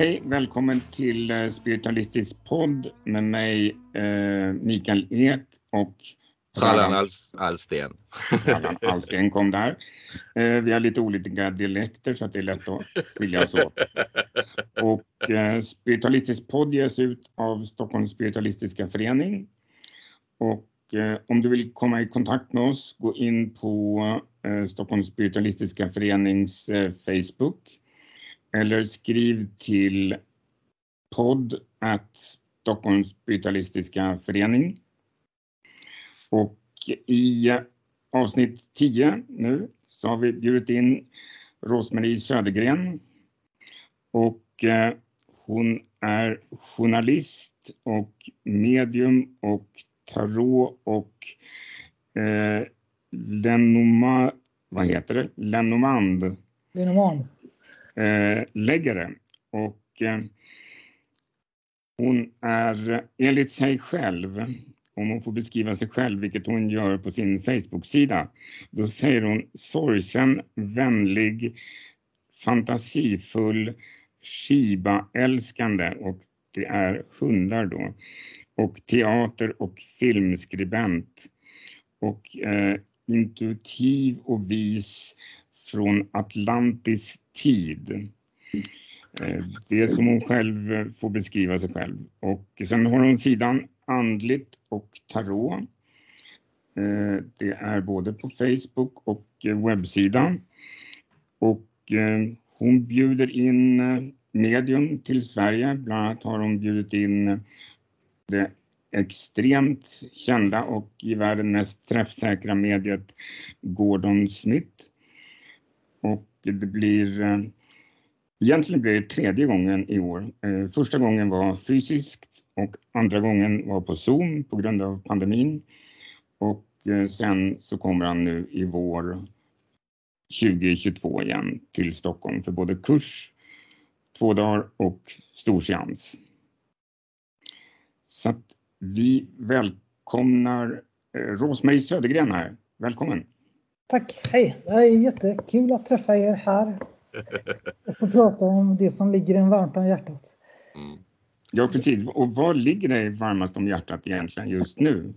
Hej, välkommen till Spiritualistisk podd med mig Mikael Ek och Allan Alsten. Allan Alsten kom där. Vi har lite olika dialekter så att det är lätt att skilja oss åt. Och Spiritualistisk podd ges ut av Stockholms spiritualistiska förening. Och om du vill komma i kontakt med oss, gå in på Stockholms spiritualistiska förenings Facebook. Eller skriv till podd@Stockholms spiritualistiska förening. Och i avsnitt 10 nu så har vi bjudit in Rose-Marie Södergren. Och hon är journalist och medium och tarot och Lenormand. Läggare. Och hon är enligt sig själv, om hon får beskriva sig själv, vilket hon gör på sin Facebook-sida, då säger hon sorgsen, vänlig, fantasifull, Shiba-älskande, och det är hundar då, och teater- och filmskribent och intuitiv och vis från Atlantis tid. Det är som hon själv får beskriva sig själv. Och sen har hon sidan andligt och tarot. Det är både på Facebook och webbsidan. Och hon bjuder in medium till Sverige. Bland annat har hon bjudit in det extremt kända och i världen mest träffsäkra mediet Gordon Smith. Och det blir, egentligen blir det tredje gången i år. Första gången var fysiskt och andra gången var på Zoom på grund av pandemin. Och sen så kommer han nu i vår 2022 igen till Stockholm för både kurs, 2 dagar och storseans. Så att vi välkomnar Rose-Marie Södergren här. Välkommen. Tack, hej. Det är jättekul att träffa er här och få prata om det som ligger en varmt om hjärtat. Mm. Ja, precis. Och vad ligger dig varmast om hjärtat egentligen just nu?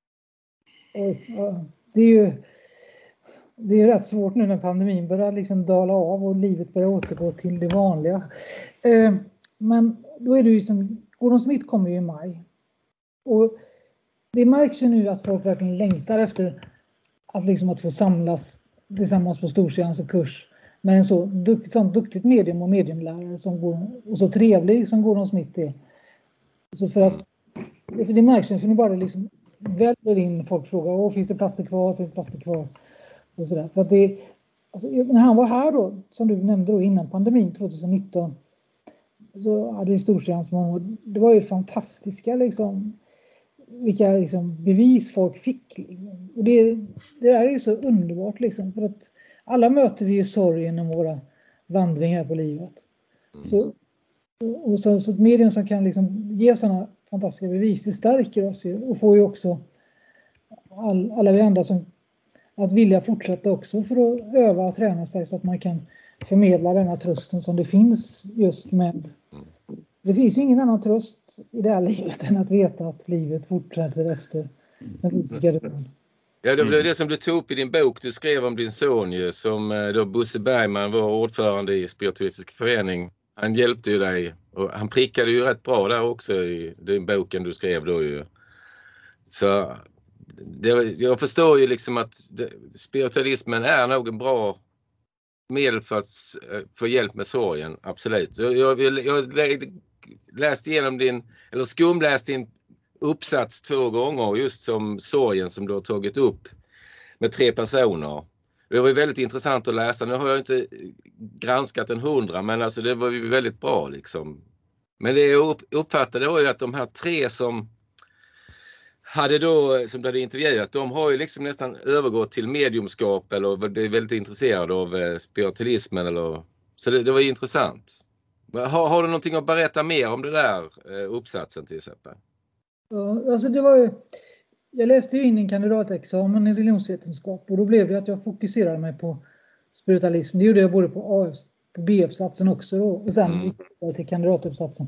Det är rätt svårt nu när pandemin börjar liksom dala av och livet börjar återgå till det vanliga. Men då är det ju som, Gordon Smith kommer ju i maj. Och det märks ju nu att folk verkligen längtar efter att få samlas tillsammans på storseans och kurs med en sån duktigt medium och mediumlärare och så trevlig som Gordon Smith är. Så för det märks ju, för ni bara liksom väljer in, folk frågar, finns det platser kvar och sådär. För att när han var här då, som du nämnde då, innan pandemin 2019, så hade vi storseans, det var ju fantastiska liksom, vilka liksom bevis folk fick. Och det där är ju så underbart liksom, för att alla möter vi ju sorg genom våra vandringar på livet. Så ett medium som kan liksom ge sådana fantastiska bevis, det stärker oss ju, och får ju också alla vi andra som att vilja fortsätta också för att öva och träna sig så att man kan förmedla denna trösten som det finns just med. Det finns ju ingen annan tröst i det här livet än att veta att livet fortsätter efter den fysiska döden. Ja, det var det som du tog upp i din bok. Du skrev om din son ju, som då Bosse Bergman var ordförande i Spiritualistisk förening. Han hjälpte ju dig och han prickade ju rätt bra där också i den boken du skrev då ju. Så jag förstår ju liksom att spiritualismen är nog en bra medel för att få hjälp med sorgen, absolut. Jag läste igenom skumläst din uppsats 2 gånger just som sorgen som du har tagit upp med 3 personer. Det var ju väldigt intressant att läsa. Nu har jag inte granskat 100, men alltså det var ju väldigt bra liksom. Men det jag uppfattade var ju att de här 3 som du hade intervjuat, de har ju liksom nästan övergått till mediumskap eller är väldigt intresserade av spiritualismen eller, så det var ju intressant. Har du någonting att berätta mer om det där uppsatsen till exempel? Ja, alltså det var ju, jag läste ju in en kandidatexamen i religionsvetenskap och då blev det att jag fokuserade mig på spiritualism. Det gjorde jag både på på B-uppsatsen också då, och sen till kandidatuppsatsen.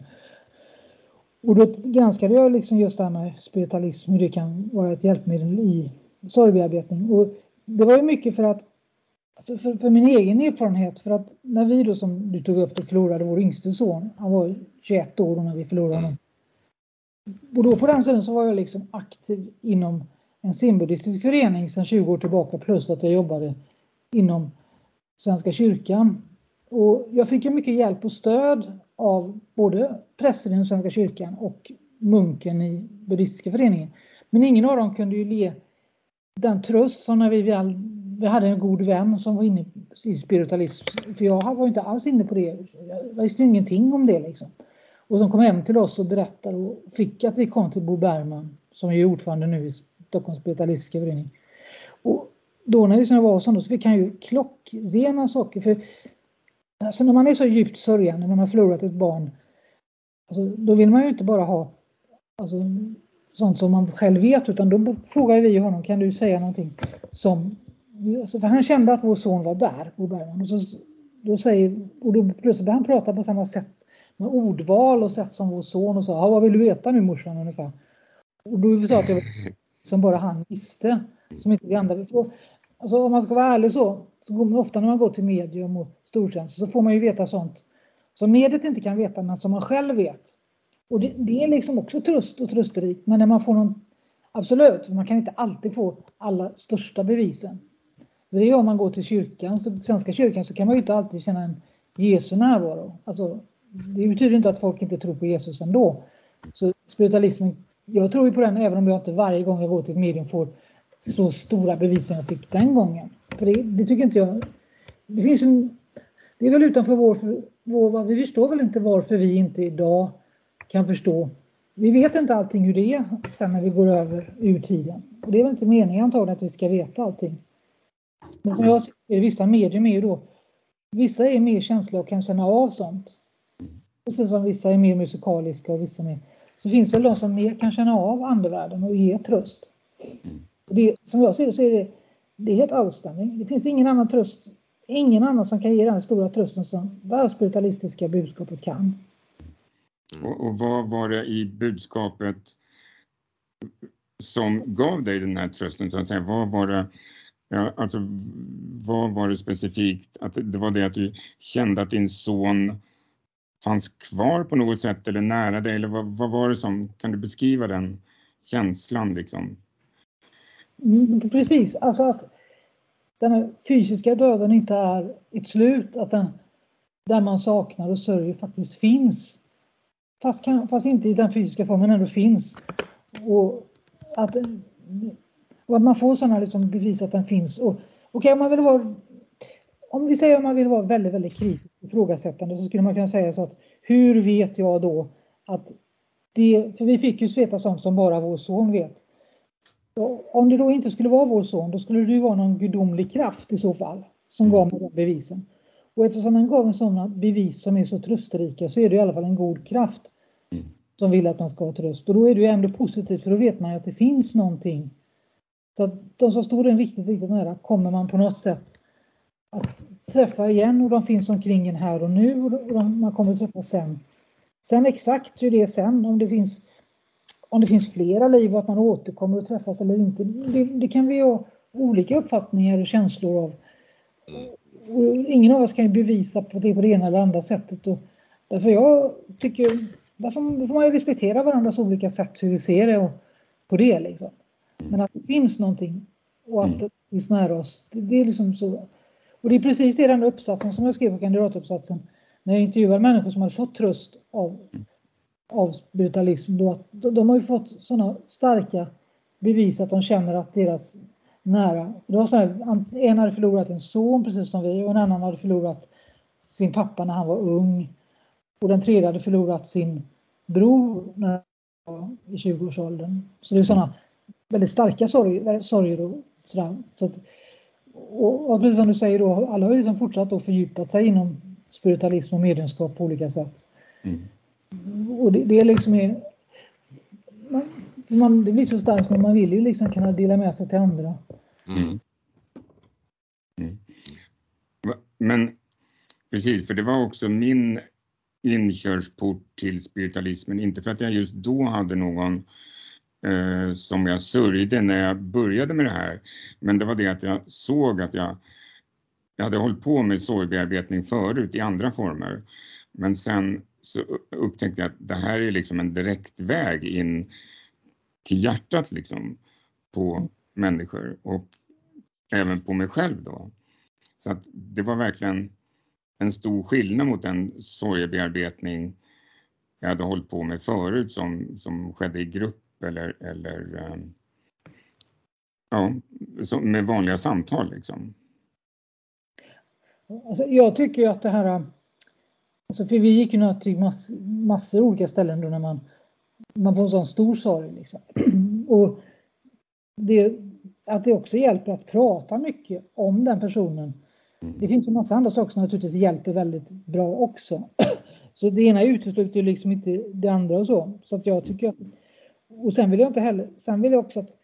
Och då granskade jag liksom just det här med spiritualism, hur det kan vara ett hjälpmedel i sorgbearbetning. Och det var ju mycket för att, alltså för min egen erfarenhet, för att när vi då, som du tog upp, och förlorade vår yngste son, han var 21 år då när vi förlorade honom. Och då på den sidan så var jag liksom aktiv inom en zenbuddhistisk förening sedan 20 år tillbaka, plus att jag jobbade inom Svenska kyrkan. Och jag fick ju mycket hjälp och stöd av både prästen i den Svenska kyrkan och munken i buddhistiska föreningen. Men ingen av dem kunde ju ge den tröst som när vi hade en god vän som var inne i spiritualism. För jag var inte alls inne på det. Jag visste ingenting om det liksom. Och som kom hem till oss och berättade och fick att vi kom till Bo Bergman, som är ordförande nu i Stockholms spiritualistiska förening. Och då när det var så fick han ju klockrena saker. För alltså när man är så djupt sörjande, när man har förlorat ett barn, alltså, då vill man ju inte bara ha alltså, sånt som man själv vet, utan då frågar vi honom, kan du säga någonting som, alltså, för han kände att vår son var där, Bo Bergman, och då plötsligt började han prata på samma sätt med ordval och sätt som vår son och sa, vad vill du veta nu morsan ungefär? Och då sa att det var som bara han visste, som inte vi andra. Alltså om man ska vara ärlig så går man ofta när man går till medium och stortjänst så får man ju veta sånt som mediet inte kan veta, men som man själv vet. Och det är liksom också tröst och trösterikt. Men när man får någon, absolut, för man kan inte alltid få alla största bevisen. För det är om man går till kyrkan, Svenska kyrkan, så kan man ju inte alltid känna en Jesu närvaro. Alltså, det betyder inte att folk inte tror på Jesus ändå. Så spiritualismen, jag tror ju på den även om jag inte varje gång jag går till ett medium får så stora bevis som jag fick den gången. För det tycker inte jag. Det finns det är väl utanför vår vi förstår väl inte varför vi inte idag kan förstå. Vi vet inte allting hur det är sen när vi går över ur tiden. Och det är väl inte meningen antagligen att vi ska veta allting. Men som jag ser, vissa medium är ju då, vissa är mer känsliga och kan känna av sånt. Precis som vissa är mer musikaliska och vissa mer. Så finns väl de som mer kan känna av andevärlden och ge tröst. Det, som jag ser det så är det är helt outstanding. Det finns ingen annan tröst, ingen annan som kan ge den stora trösten som det spiritualistiska budskapet kan. Och vad var det i budskapet som gav dig den här trösten? Så att säga? Vad var det specifikt? Att det var det att du kände att din son fanns kvar på något sätt eller nära dig? Eller vad var det som, kan du beskriva den känslan liksom? Precis, alltså att den här fysiska döden inte är ett slut, att den där man saknar och sörjer faktiskt finns. Fast inte i den fysiska formen ändå finns. Och att man får sådana liksom bevis att den finns. Och okej, om vi säger att man vill vara väldigt, väldigt kritisk och ifrågasättande, så skulle man kunna säga så att hur vet jag då att det, för vi fick ju veta sånt som bara vår son vet. Och om det då inte skulle vara vår son, då skulle det ju vara någon gudomlig kraft i så fall som gav mig de bevisen. Och eftersom den gav en sådana bevis som är så trösterika, så är det i alla fall en god kraft som vill att man ska ha tröst. Och då är det ju ändå positivt, för då vet man ju att det finns någonting. Så att de som står en riktigt, riktigt nära kommer man på något sätt att träffa igen, och de finns omkring en här och nu, och man kommer att träffa sen. Sen exakt hur det är sen, om det finns flera liv och att man återkommer att träffas eller inte, det kan vi ha olika uppfattningar och känslor av. Och ingen av oss kan ju bevisa på det ena eller andra sättet. Och därför får man ju respektera varandras olika sätt hur vi ser det och på det liksom. Men att det finns någonting och att det finns nära oss, det är liksom så. Och det är precis det, den uppsatsen som jag skrev på kandidatuppsatsen, när jag intervjuar människor som har fått tröst av spiritualism, då att de har ju fått sådana starka bevis att de känner att deras nära, det var så här, en hade förlorat en son precis som vi, och en annan hade förlorat sin pappa när han var ung, och den tredje hade förlorat sin bror när han var i 20-årsåldern. Så det är sådana väldigt starka sorger och sådär. Så att, och precis som du säger då, alla har ju liksom fortsatt att fördjupat sig inom spiritualism och mediumskap på olika sätt. Och det är liksom det blir så starkt, men man vill ju liksom kunna dela med sig till andra. Men Precis, för det var också min inkörsport till spiritualismen. Inte för att jag just då hade någon som jag sörjde när jag började med det här. Men det var det att jag såg att jag hade hållit på med sorgbearbetning förut i andra former. Men sen så upptäckte jag att det här är liksom en direkt väg in till hjärtat liksom på människor och även på mig själv då. Så att det var verkligen en stor skillnad mot den sorgebearbetning jag hade hållit på med förut som skedde i grupp eller med vanliga samtal liksom. Alltså, jag tycker ju att det här, alltså för vi gick ju till massor olika ställen då när man får en sån stor sorg liksom. Och att det också hjälper att prata mycket om den personen. Det finns ju en massa andra saker som naturligtvis hjälper väldigt bra också. Så det ena utesluter ju liksom inte det andra och så. Så att jag tycker att, och sen vill jag också att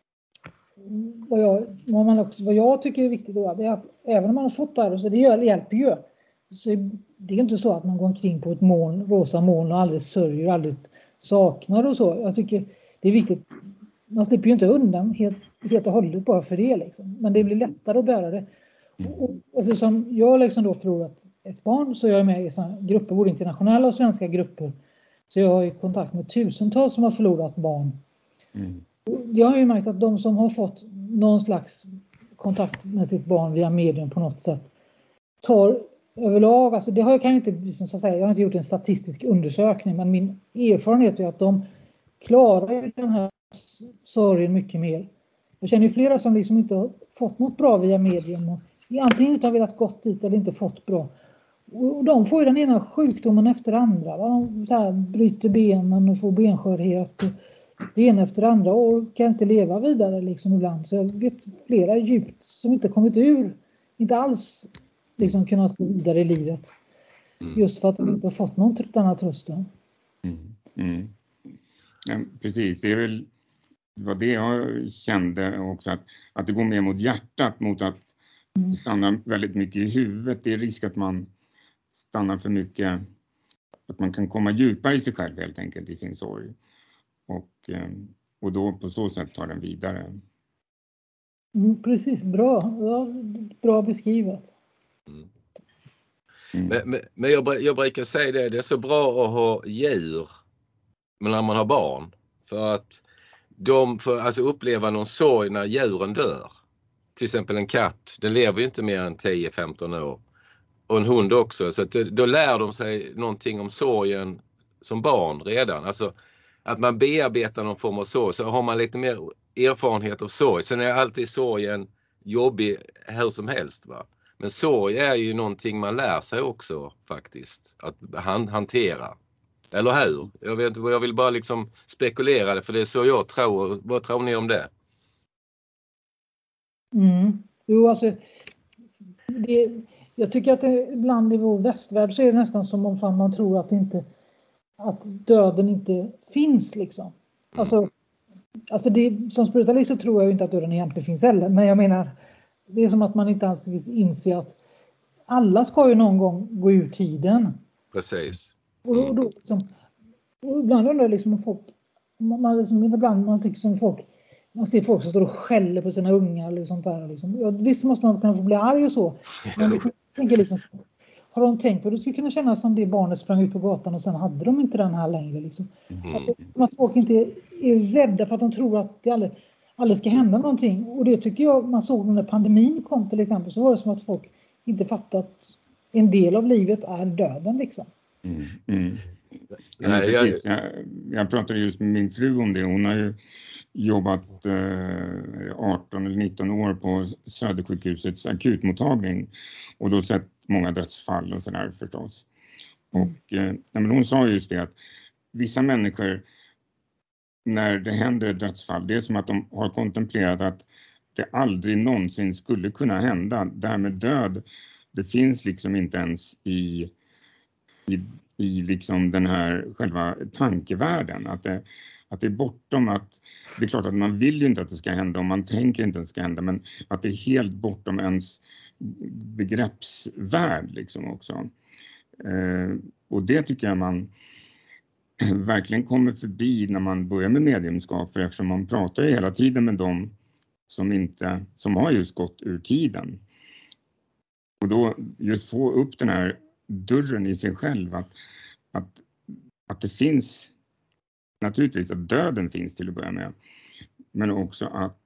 vad jag tycker är viktigt då, det är att även om man har fått det här, så det hjälper ju. Så det är inte så att man går omkring på ett rosa moln och aldrig sörjer och aldrig saknar och så. Jag tycker det är viktigt. Man slipper ju inte undan helt och hållet bara för det liksom. Men det blir lättare att bära det. Och eftersom jag liksom då förlorat ett barn, så är jag med i såna grupper, både internationella och svenska grupper. Så jag har ju kontakt med tusentals som har förlorat barn. Jag har ju märkt att de som har fått någon slags kontakt med sitt barn via medium på något sätt tar överlag, alltså det har jag inte, liksom så att säga, jag har inte gjort en statistisk undersökning, men min erfarenhet är att de klarar den här sorgen mycket mer. Jag känner ju flera som liksom inte har fått något bra via medium och antingen inte har velat gått dit eller inte fått bra. Och de får ju den ena sjukdomen efter andra. De så här bryter benen och får benskörhet och det ena efter andra och kan inte leva vidare liksom ibland. Så jag vet flera djupt som inte kommit ur, inte alls liksom kunnat gå vidare i livet. Just för att de inte har fått någon annan tröst. Ja, precis, det är väl vad det jag kände också, att det går mer mot hjärtat, mot att stanna väldigt mycket i huvudet. Det är risk att man stannar för mycket, att man kan komma djupare i sig själv helt enkelt i sin sorg. Och då på så sätt tar den vidare. Precis, bra beskrivet. Men jag brukar säga det är så bra att ha djur när man har barn. För att de får alltså uppleva någon sorg när djuren dör. Till exempel en katt, den lever ju inte mer än 10-15 år. Och en hund också. Så att då lär de sig någonting om sorgen som barn redan. Alltså att man bearbetar någon form av sorg, så har man lite mer erfarenhet av sorg. Sen är alltid sorgen jobbig hur som helst, va. Men sorg är ju någonting man lär sig också faktiskt att hantera. Eller hur? Jag vill bara liksom spekulera det, för det är så jag tror. Vad tror ni om det? Jo, alltså jag tycker att ibland i vår västvärld så är det nästan som om man tror att döden inte finns liksom. Alltså det, som spiritualist så tror jag ju inte att döden egentligen finns heller. Men jag menar, det är som att man inte alls vill inse att alla ska ju någon gång gå ur tiden. Precis. Och då liksom, och ibland undrar jag liksom om folk, man ser folk som står och skäller på sina ungar eller sånt där liksom. Visst måste man kunna få bli arg och så. Men jag tänker liksom, har de tänkt på att det skulle kunna kännas som det barnet sprang ut på gatan och sen hade de inte den här längre liksom. Att folk inte är rädda för att de tror att det aldrig ska hända någonting. Och det tycker jag man såg när pandemin kom till exempel, så var det som att folk inte fattat att en del av livet är döden liksom. Ja, precis. Jag pratade just med min fru om det. Hon har ju jobbat 18 eller 19 år på Södersjukhusets akutmottagning och då sett många dödsfall och sådär förstås. Och men hon sa just det att vissa människor, när det händer ett dödsfall, det är som att de har kontemplerat att det aldrig någonsin skulle kunna hända. Det här med död, det finns liksom inte ens i i liksom den här själva tankevärlden. Att det är bortom att, det är klart att man vill ju inte att det ska hända och man tänker inte att det ska hända, men att det är helt bortom ens begreppsvärld liksom också. Och det tycker jag man verkligen kommer förbi när man börjar med mediumskap, för eftersom man pratar ju hela tiden med dem som har just gått ur tiden. Och då just få upp den här dörren i sig själv att det finns, naturligtvis att döden finns till att börja med, men också att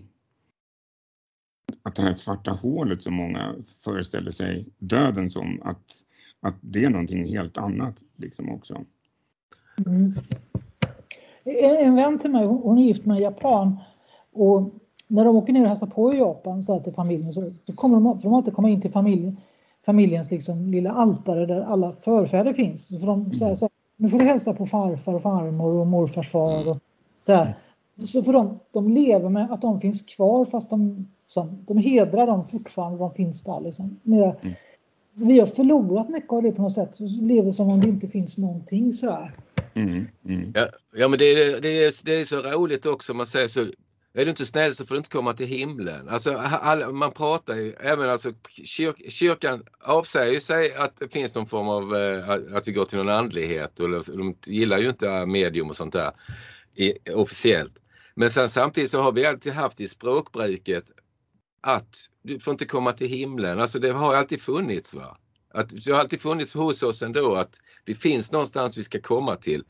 det här svarta hålet som många föreställer sig döden som, att det är någonting helt annat liksom också. Mm. En vän till mig, hon är gift med en japan, och när de åker ner och hälsar på i Japan så till familjen, så kommer de alltid komma in till familjens liksom lilla altare där alla förfäder finns. Så får de säga så här, nu får du hälsa på farfar och farmor och morfars far och där. Så får de lever med att de finns kvar, fast de hedrar dem fortfarande, de finns där liksom. Vi har förlorat mycket av det på något sätt, så lever som om det inte finns någonting så här. Ja, men det är så roligt också, man säger så, är du inte snäll så får du inte komma till himlen. Alltså man pratar ju, även alltså kyrkan avsäger sig att det finns någon form av att vi går till någon andlighet, och de gillar ju inte medium och sånt där officiellt. Men sen samtidigt så har vi alltid haft i språkbruket att du får inte komma till himlen. Alltså det har alltid funnits, va? Att det har alltid funnits hos oss ändå att det finns någonstans vi ska komma till.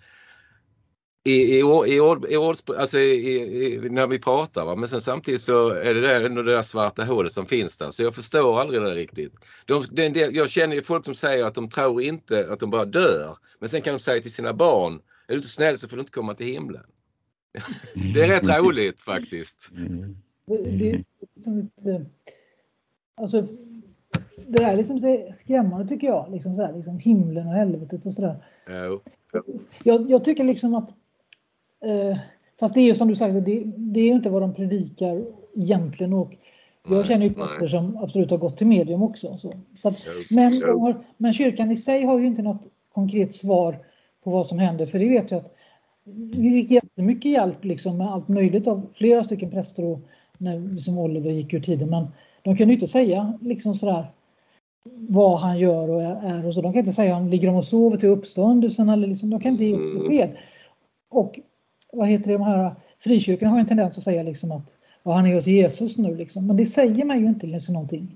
När vi pratar, va? Men sen samtidigt så är det där svarta hålet som finns där. Så jag förstår aldrig det riktigt. Jag känner ju folk som säger att de tror inte att de bara dör. Men sen kan de säga till sina barn, är du inte snäll så får du inte komma till himlen. Det är rätt roligt faktiskt. Det är liksom lite, alltså det där är liksom lite skrämmande tycker jag, liksom så här, liksom himlen och helvetet och sådär. Jag tycker liksom att fast det är ju som du sagt, det är ju inte vad de predikar egentligen, och jag känner ju präster som absolut har gått till medium också så att, men kyrkan i sig har ju inte något konkret svar på vad som händer, för det vet jag att vi fick jättemycket hjälp liksom med allt möjligt av flera stycken präster, och när som Oliver gick ur tiden, men de kan ju inte säga liksom sådär vad han gör och är och så. De kan inte säga om ligger de och sover till uppståndelsen, eller liksom, de kan inte ge besked. Och vad heter det, de här frikyrkorna har en tendens att säga liksom att han är hos Jesus nu liksom, men det säger man ju inte liksom någonting.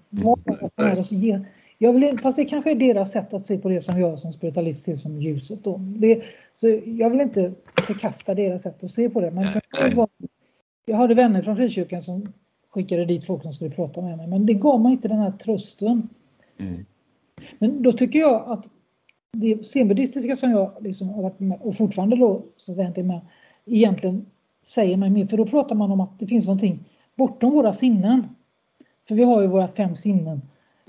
Fast det kanske är deras sätt att se på det som jag som spiritualist ser som ljuset då. Så jag vill inte förkasta deras sätt att se på det, men jag hade vänner från frikyrkan som skickade dit folk som skulle prata med mig, men det gav mig inte den här trösten. Men då tycker jag att det zenbuddistiska som jag liksom har varit med och fortfarande då så att säga inte med, egentligen säger mig mer, för då pratar man om att det finns någonting bortom våra sinnen. För vi har ju våra 5 sinnen.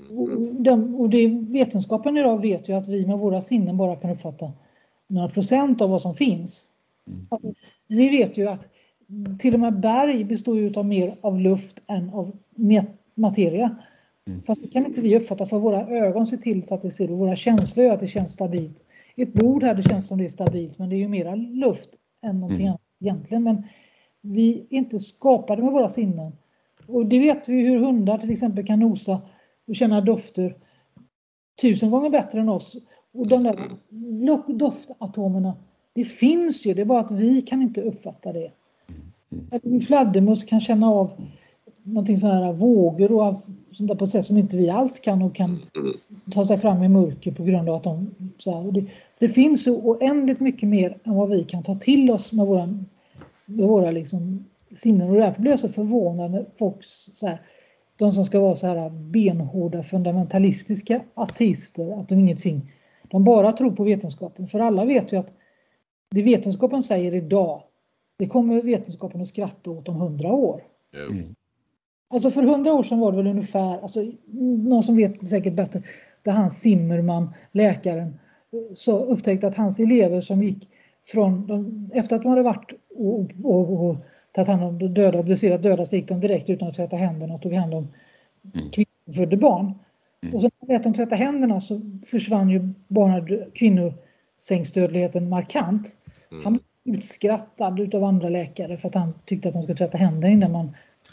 Och det, vetenskapen idag vet ju att vi med våra sinnen bara kan uppfatta några procent av vad som finns. Alltså, vi vet ju att till och med berg består ju av mer av luft än av materia. Fast det kan inte vi uppfatta, för våra ögon ser till så att det ser, och våra känslor gör att det känns stabilt. Ett bord här, det känns som det är stabilt, men det är ju mera luft än någonting annat egentligen. Men vi är inte skapade med våra sinnen. Och det vet vi hur hundar till exempel kan nosa och känna dofter 1000 gånger bättre än oss. Och de där doftatomerna, det finns ju, det är bara att vi kan inte uppfatta det. En fladdermus kan känna av någonting sån här vågor och sånt där på ett sätt som inte vi alls kan, och kan ta sig fram i mörker på grund av att de så här, och det finns så oändligt mycket mer än vad vi kan ta till oss med våra liksom sinnen, och därför blir jag så förvånad när folk så här, de som ska vara så här benhårda fundamentalistiska ateister, att de ingenting, de bara tror på vetenskapen, för alla vet ju att det vetenskapen säger idag, det kommer vetenskapen att skratta åt om 100 år. Alltså för 100 år sedan var det väl ungefär, alltså någon som vet säkert bättre, där Hans Zimmerman, läkaren, så upptäckte att hans elever som gick efter att de hade varit och tagit hand om döda, obducerat döda, så gick de direkt utan att tvätta händerna och tog hand om kvinnor barn. Och så när de tvätta händerna så försvann ju kvinnor sängsdödligheten markant. Han blev utskrattad utav andra läkare för att han tyckte att man skulle tvätta händerna innan man...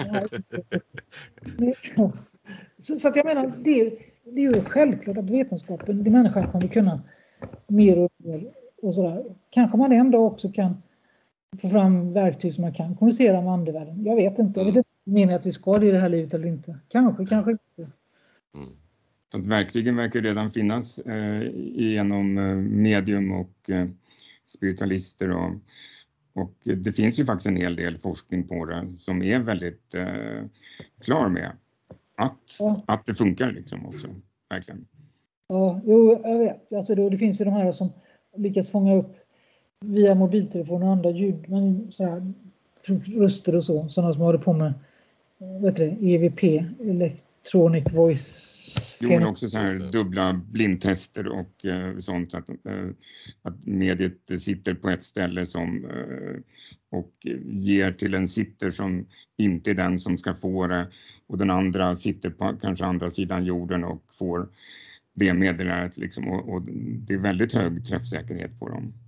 Så att jag menar, det är ju självklart att vetenskapen, det människan kommer kunna mer och mer och sådär. Kanske man ändå också kan få fram verktyg som man kan kommunicera med andevärlden. Jag vet inte. Jag vet inte om menar att vi ska det i det här livet eller inte. Kanske inte. Så att verkligen verkar redan finnas genom medium och spiritualister och det finns ju faktiskt en hel del forskning på det som är väldigt klar med att det funkar liksom också, verkligen. Ja, jo, jag vet. Alltså det finns ju de här som lyckas fånga upp via mobiltelefon och andra ljud, men så här, röster och så, sådana som håller på med EVP, Electronic Voice. Det är också så här dubbla blindtester och sånt att mediet sitter på ett ställe som och ger till en sitter som inte är den som ska få det och den andra sitter på kanske andra sidan jorden och får det meddelandet liksom, och det är väldigt hög träffsäkerhet på dem.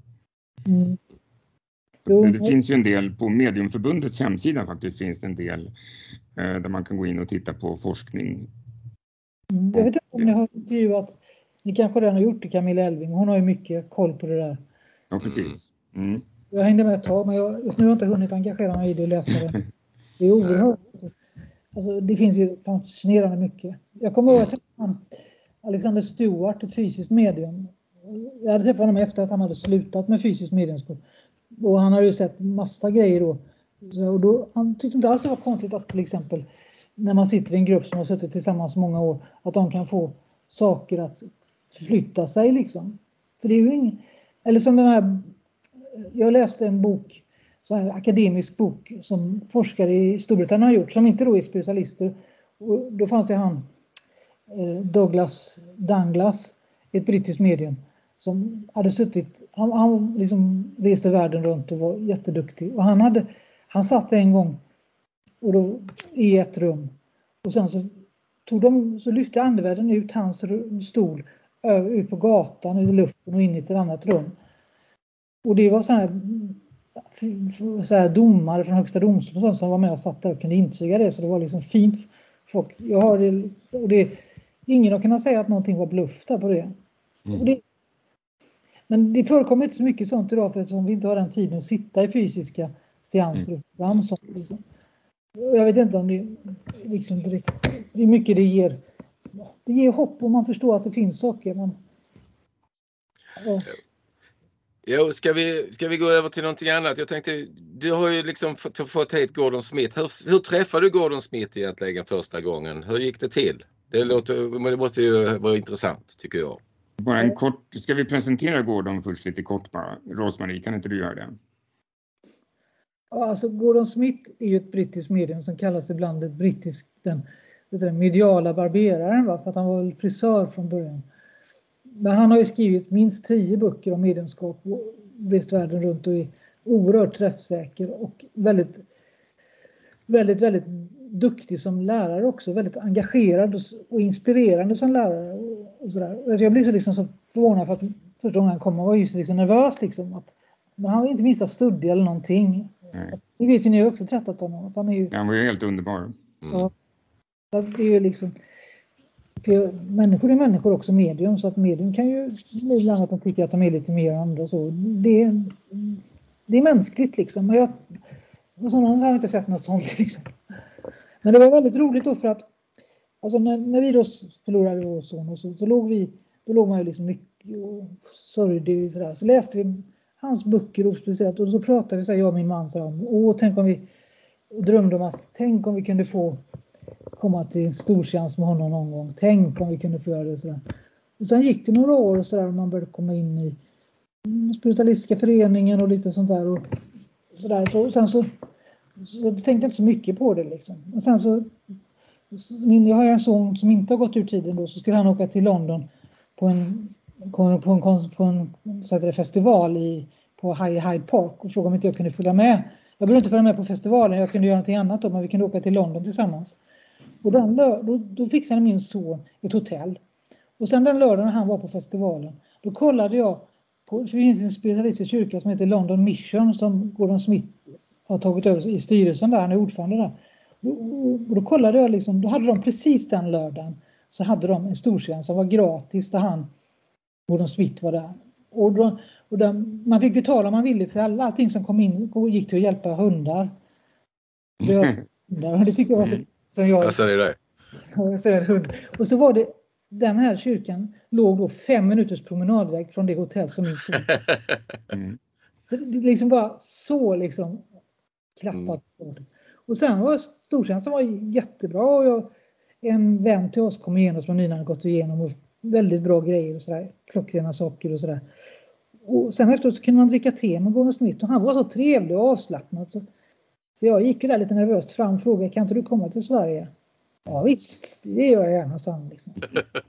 Det finns ju en del på Mediumförbundets hemsida faktiskt, finns det en del där man kan gå in och titta på forskning. Jag vet inte om ni har intervjuat, ni kanske redan har gjort det, Camilla Elving, hon har ju mycket koll på det där. Ja, precis. Jag hängde med ett tag, men just nu har jag inte hunnit engagera mig i det och läsa det. Det är oerhört. Alltså, det finns ju fascinerande mycket. Jag kommer ihåg att Alexander Stewart, ett fysiskt medium. Jag hade träffat honom efter att han hade slutat med fysiskt mediumskap. Och han hade ju sett massa grejer då. Och då han tyckte inte alls det var konstigt att till exempel när man sitter i en grupp som har suttit tillsammans många år, att de kan få saker att förflytta sig liksom. För det är ju ingen... Eller som den här... Jag läste en bok, så här akademisk bok som forskare i Storbritannien har gjort, som inte då är specialister. Och då fanns det han Douglas Danglas, ett brittiskt medium, som hade suttit, han liksom reste världen runt och var jätteduktig. Och han satt en gång och då, i ett rum. Och sen så lyfte andevärlden ut hans stol ut på gatan, i luften och in i ett annat rum. Och det var så här domare från högsta domstolen som var med och satt där och kunde intyga det. Så det var liksom fint folk. Jag har det, och ingen har kunnat säga att någonting var bluff där på det. Men det förekommer inte så mycket sånt idag, för eftersom vi inte har den tiden att sitta i fysiska seanser och fram sånt liksom. Jag vet inte om det liksom direkt, hur mycket det ger. Det ger hopp om man förstår att det finns saker. Jo, ska vi gå över till någonting annat? Jag tänkte, du har ju liksom fått hit Gordon Smith. Hur träffade du Gordon Smith egentligen första gången? Hur gick det till? Det måste ju vara intressant, tycker jag. Bara en kort, ska vi presentera Gordon först lite kort bara? Rosmarie, kan inte du göra det? Ja, alltså Gordon Smith är ju ett brittiskt medium som kallas ibland den mediala barberaren, va? För att han var frisör från början. Men han har ju skrivit minst 10 böcker om mediumskap och rest världen runt och är oerhört träffsäker och väldigt, väldigt, väldigt duktig som lärare också. Väldigt engagerad och inspirerande som lärare och sådär. Jag blev så liksom så förvånad för att första gången han kom, jag var just liksom nervös liksom. Men han var inte minsta studie eller någonting. Alltså, ni vet ju, ni har också träffat honom. Han var ju helt underbar. Ja, det är ju liksom... För människor är människor också medium, så att medium kan ju ibland att de tycker att de är lite mer än andra. Så det är mänskligt liksom. Men jag har inte sett något sånt liksom. Men det var väldigt roligt då, för att alltså när vi då förlorade vår son och så låg man ju liksom mycket och sörjde och sådär. Så läste vi hans böcker och speciellt, och så pratade vi så här, jag och min man så om, tänk om vi drömde om att tänk om vi kunde få komma till en stor chans med honom någon gång. Tänk om vi kunde få göra det sådär. Och sen gick det några år och sådär, och man började komma in i spiritualistiska föreningen och lite sånt där och sådär. Så sen så tänkte jag inte så mycket på det liksom. Och sen så jag har en son som inte har gått ur tiden då, så skulle han åka till London på en festival på Hyde Park och frågade om inte jag kunde följa med. Jag behövde inte följa med på festivalen, jag kunde göra någonting annat då, men vi kunde åka till London tillsammans. Och då fixade min son ett hotell. Och sen den lördagen när han var på festivalen, då kollade jag det finns en spiritualistisk kyrka som heter London Mission som Gordon Smith har tagit över i styrelsen där, han är ordförande där. Och då kollade jag liksom, då hade de precis den lördagen så hade de en stortjänst som var gratis där Gordon Smith var där. Och där, man fick betala om man ville för allting som kom in och gick till att hjälpa hundar. Det tycker jag var så jag sa det. Jag säger hund. Och så var det, den här kyrkan låg då 5 minuters promenadväg från det hotell som min det liksom bara så liksom klappat. Och sen var stortjänst som var jättebra och en vän till oss kom igenom som Nina hade gått igenom och väldigt bra grejer och sådär, klockrena saker och sådär. Och sen efteråt så kunde man dricka te med Gordon Smith och han var så trevlig och avslappnad så jag gick ju där lite nervöst fram och frågade, kan inte du komma till Sverige? Ja visst, det gör jag gärna, sa han liksom.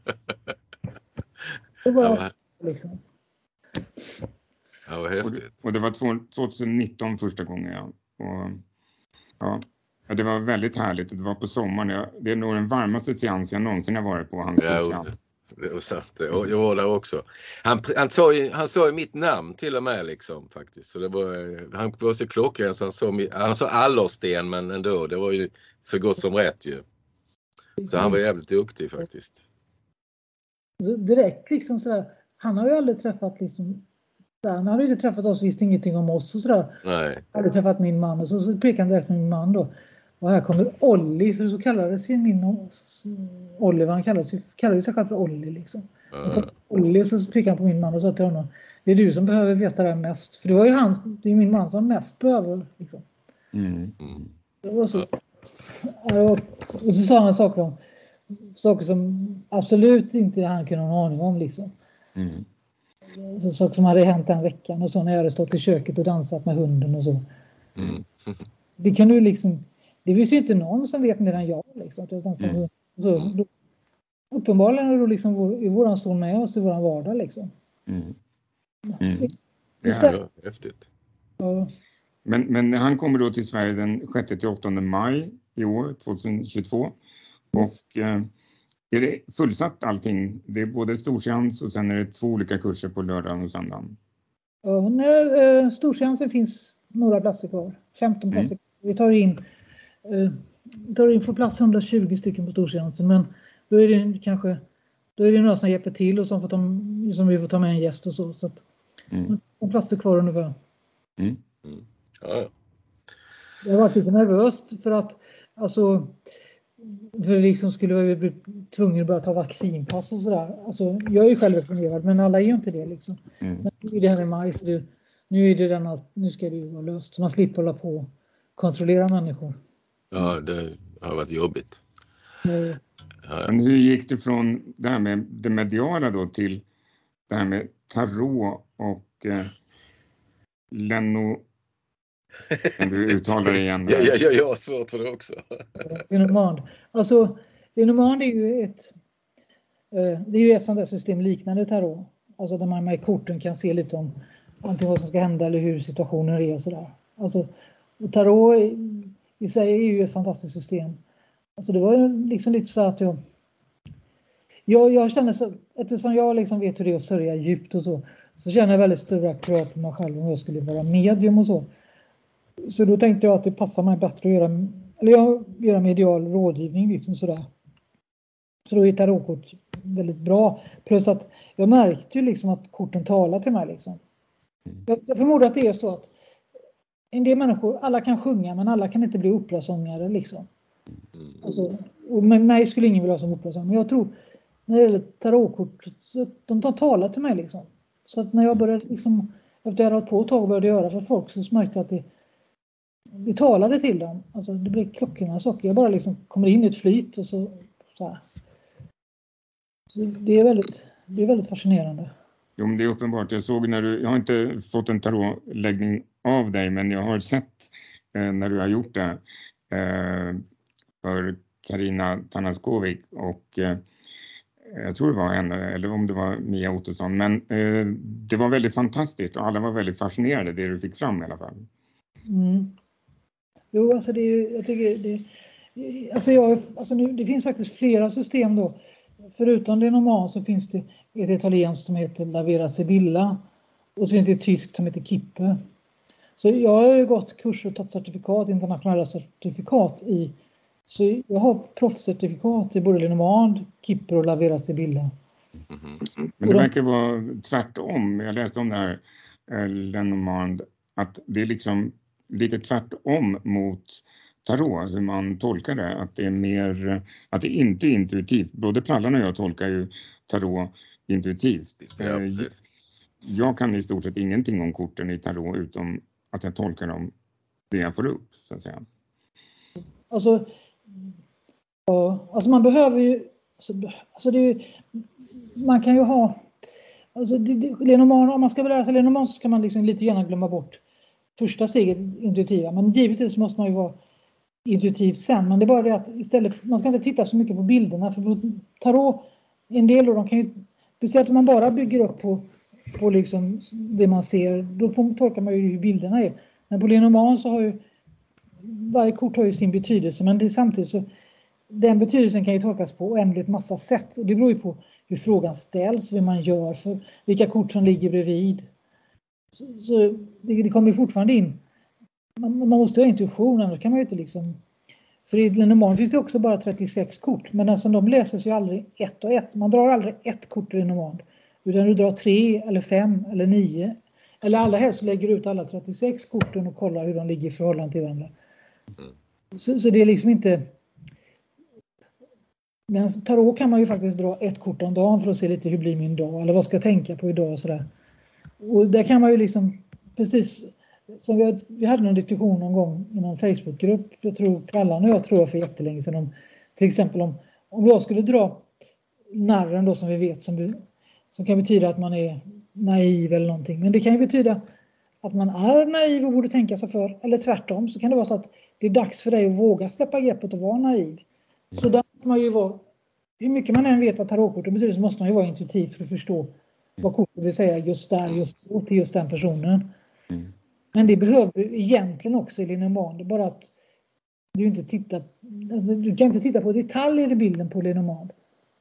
Det var liksom. Ja, vad häftigt. Och det var 2019 första gången, ja. Och, ja, det var väldigt härligt. Det var på sommaren. Det är nog den varmaste seans jag någonsin har varit på. Det var sant. Jag var där också. Han sa ju mitt namn till och med liksom faktiskt. Så det han var så klockren så han sa Allersten, men ändå, det var ju så gott som rätt ju. Så han var jävligt duktig faktiskt. Direkt liksom sådär, han har ju aldrig träffat liksom, han hade ju inte träffat oss, visste ingenting om oss och sådär. Nej. Jag hade träffat min man och så pekade han direkt på min man då. Och här kommer Olli, för så kallades ju Oliver, han kallade sig själv för Olli liksom. Olli, så pekade han på min man och sa till honom, det är du som behöver veta det här mest. För det var ju det är min man som mest behöver liksom. Det var så. Och så sa han saker som absolut inte han kunde ha en aning om liksom. Så saker som hade hänt den veckan och så när jag hade stått i köket och dansat med hunden och så. Det kan du liksom, det finns ju inte någon som vet mer än jag liksom att jag dansar med hunden. Så uppenbarligen är det liksom våran son med oss i våran vardag liksom. Det är häftigt. Ja. Men han kommer då till Sverige den 6-8 maj i år, 2022. Och är det fullsatt allting? Det är både storseans och sen är det 2 olika kurser på lördagen och söndagen. Ja, storseansen finns några platser kvar. 15 platser. Vi tar in för plats 120 stycken på storseansen. Men då är det kanske några som hjälper till och som vi får ta med en gäst och så. Så att platser kvar ungefär. Ja. Jag har varit lite nervöst för att för liksom skulle jag bli tvungen att börja ta vaccinpass och sådär. Alltså, jag är ju själv vaccinerad, men alla är ju inte det liksom. Men nu är det här i maj, så nu ska det ju vara löst. Så man slipper hålla på och kontrollera människor. Ja, det har varit jobbigt. Men hur gick du från det här med det mediala då till det här med tarot och Kan du uttala det igen? Jag har svårt för det också. Lenormand. Alltså, Lenormand är ju ett sånt där system liknande tarot. Alltså där man med korten kan se lite om antingen vad som ska hända eller hur situationen är och sådär. Alltså, och tarot i sig är ju ett fantastiskt system. Alltså det var liksom lite så att jag känner så, eftersom jag liksom vet hur det är att sörja djupt och så känner jag väldigt stora krav på mig själv om jag skulle vara medium och så. Så då tänkte jag att det passar mig bättre att göra medial rådgivning liksom sådär. Så då är tarotkort väldigt bra. Plus att jag märkte ju liksom att korten talar till mig liksom. Jag förmodar att det är så att en del människor, alla kan sjunga men alla kan inte bli operasångare liksom. Alltså, och med mig skulle ingen vilja ha som operasångare. Men jag tror när det gäller tarotkort så de talar till mig liksom. Så att när jag började liksom, efter jag hade hållit på ett tag och började göra för folk så märkte jag att det talade till dem. Alltså det blev klockrena saker. Jag bara liksom kommer in i ett flyt och så här. Så det är väldigt fascinerande. Jo, men det är uppenbart. Jag såg jag har inte fått en tarotläggning av dig, men jag har sett när du har gjort det för Karina Tanaskovic och jag tror det var henne, eller om det var Mia Ottosson. Men det var väldigt fantastiskt och alla var väldigt fascinerade det du fick fram i alla fall. Jo, alltså det är ju, jag tycker det finns faktiskt flera system då. Förutom det normala så finns det ett italienskt som heter La Vera Sibilla. Och så finns det ett tyskt som heter Kippe. Så jag har ju gått kurser och tagit certifikat, internationella certifikat i. Så jag har proffscertifikat i både Lenormand, Kipper och Lavera Sibilla. Men det verkar vara tvärtom. Jag läste om det här Lenormand, att det är liksom lite tvärtom mot tarot, hur man tolkar det. Att det är mer, att det inte är intuitivt. Både Prallan och jag tolkar ju tarot intuitivt. Jag kan i stort sett ingenting om korten i tarot utom att jag tolkar dem det jag får upp, så att säga. Alltså man behöver ju, alltså det är, man kan ju ha, alltså Lenormand, om man ska lära sig Lenormand så ska man liksom lite grann glömma bort första steget intuitiva, men givetvis måste man ju vara intuitiv sen, men det är bara det att istället, man ska inte titta så mycket på bilderna, för tarot, en del av dem kan ju, speciellt om man bara bygger upp på liksom det man ser, då tolkar man ju hur bilderna är. Men på Lenormand så har ju varje kort har ju sin betydelse, men det är samtidigt så den betydelsen kan ju tolkas på oändligt massa sätt, och det beror ju på hur frågan ställs, vad man gör, för vilka kort som ligger bredvid. Så det kommer ju fortfarande in. Man måste ha intuition, annars kan man ju inte liksom, för i Lenormand finns det också bara 36 kort, men alltså de läses ju aldrig ett och ett. Man drar aldrig ett kort i Lenormand, utan du drar 3 eller 5 eller 9, eller allra helst lägger ut alla 36 korten och kollar hur de ligger i förhållande till varandra. Så det är liksom inte, men tarot kan man ju faktiskt dra ett kort om dagen för att se lite hur blir min dag, eller vad ska jag tänka på idag och sådär. Och där kan man ju liksom, precis som vi hade någon diskussion någon gång i någon Facebookgrupp, jag tror Prallan och jag tror för jättelänge sedan, om till exempel om jag skulle dra narren då, som vi vet som kan betyda att man är naiv eller någonting, men det kan ju betyda att man är naiv och borde tänka sig för, eller tvärtom så kan det vara så att det är dags för dig att våga släppa greppet och vara naiv. Så där måste man ju vara, hur mycket man än vet vad tarotkortet betyder, så måste man ju vara intuitiv för att förstå vad kortet vill säga just där, just då, till just den personen. Men det behöver du egentligen också i Lenormand, bara att du inte tittar, alltså, du kan inte titta på detaljer i bilden på Lenormand.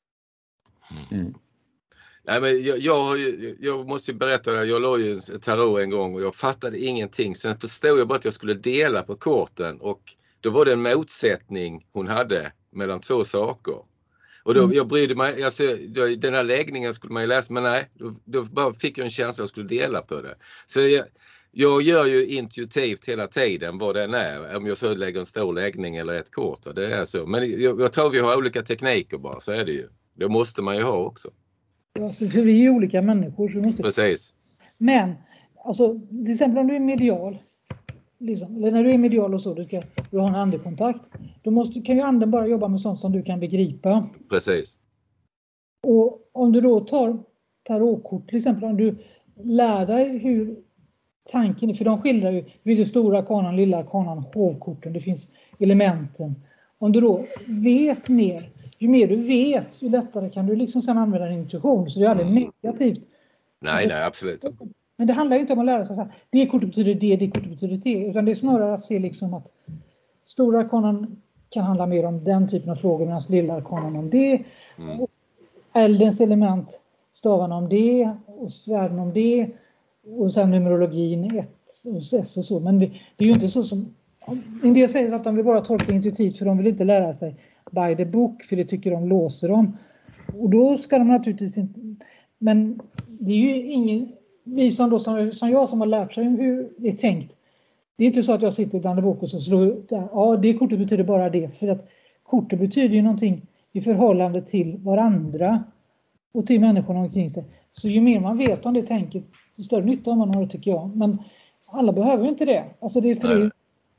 Nej, men jag måste ju berätta det. Jag la ju tarot en gång och jag fattade ingenting. Sen förstod jag bara att jag skulle dela på korten, och då var det en motsättning hon hade mellan två saker. Och då jag brydde mig, alltså, den här läggningen skulle man ju läsa, men nej, då bara fick jag en känsla att jag skulle dela på det. Så jag gör ju intuitivt hela tiden vad den är, om jag så lägger en stor läggning eller ett kort. Det är så. Men jag tror vi har olika tekniker bara, så är det ju. Det måste man ju ha också. Alltså, för vi är olika människor. Så måste... Precis. Men, alltså, till exempel om du är medial, liksom, eller när du är medial och så, du har en andekontakt, då kan ju anden bara jobba med sånt som du kan begripa. Precis. Och om du då tar tarotkort, till exempel, om du lär dig hur tanken är, för de skildrar ju, det finns ju stora kanan, lilla kanan, hovkorten, det finns elementen. Om du då vet mer, ju mer du vet, ju lättare kan du liksom sen använda din intuition, så det är aldrig negativt. Nej, absolut. Men det handlar ju inte om att lära sig så här, det kortet betyder det kortet betyder det, utan det är snarare att se liksom att stora kanan kan handla mer om den typen av frågor, medan lilla kanan om det, och eldens element, stavarna om det, och svärden om det, och sen numerologin 1 och S och så. Men det är ju inte så som, en del säger att de vill bara tolka intuitivt, för de vill inte lära sig by the book, för det tycker de låser dem. Och då ska de naturligtvis inte, men det är ju ingen, vi som jag som har lärt sig hur det är tänkt. Det är inte så att jag sitter bland bok och så slår ut där, ja, det kortet betyder bara det, för att kortet betyder ju någonting i förhållande till varandra och till människorna omkring sig. Så ju mer man vet om det tänket, ju större nytta om man har det, tycker jag. Men alla behöver ju inte det. Alltså det är för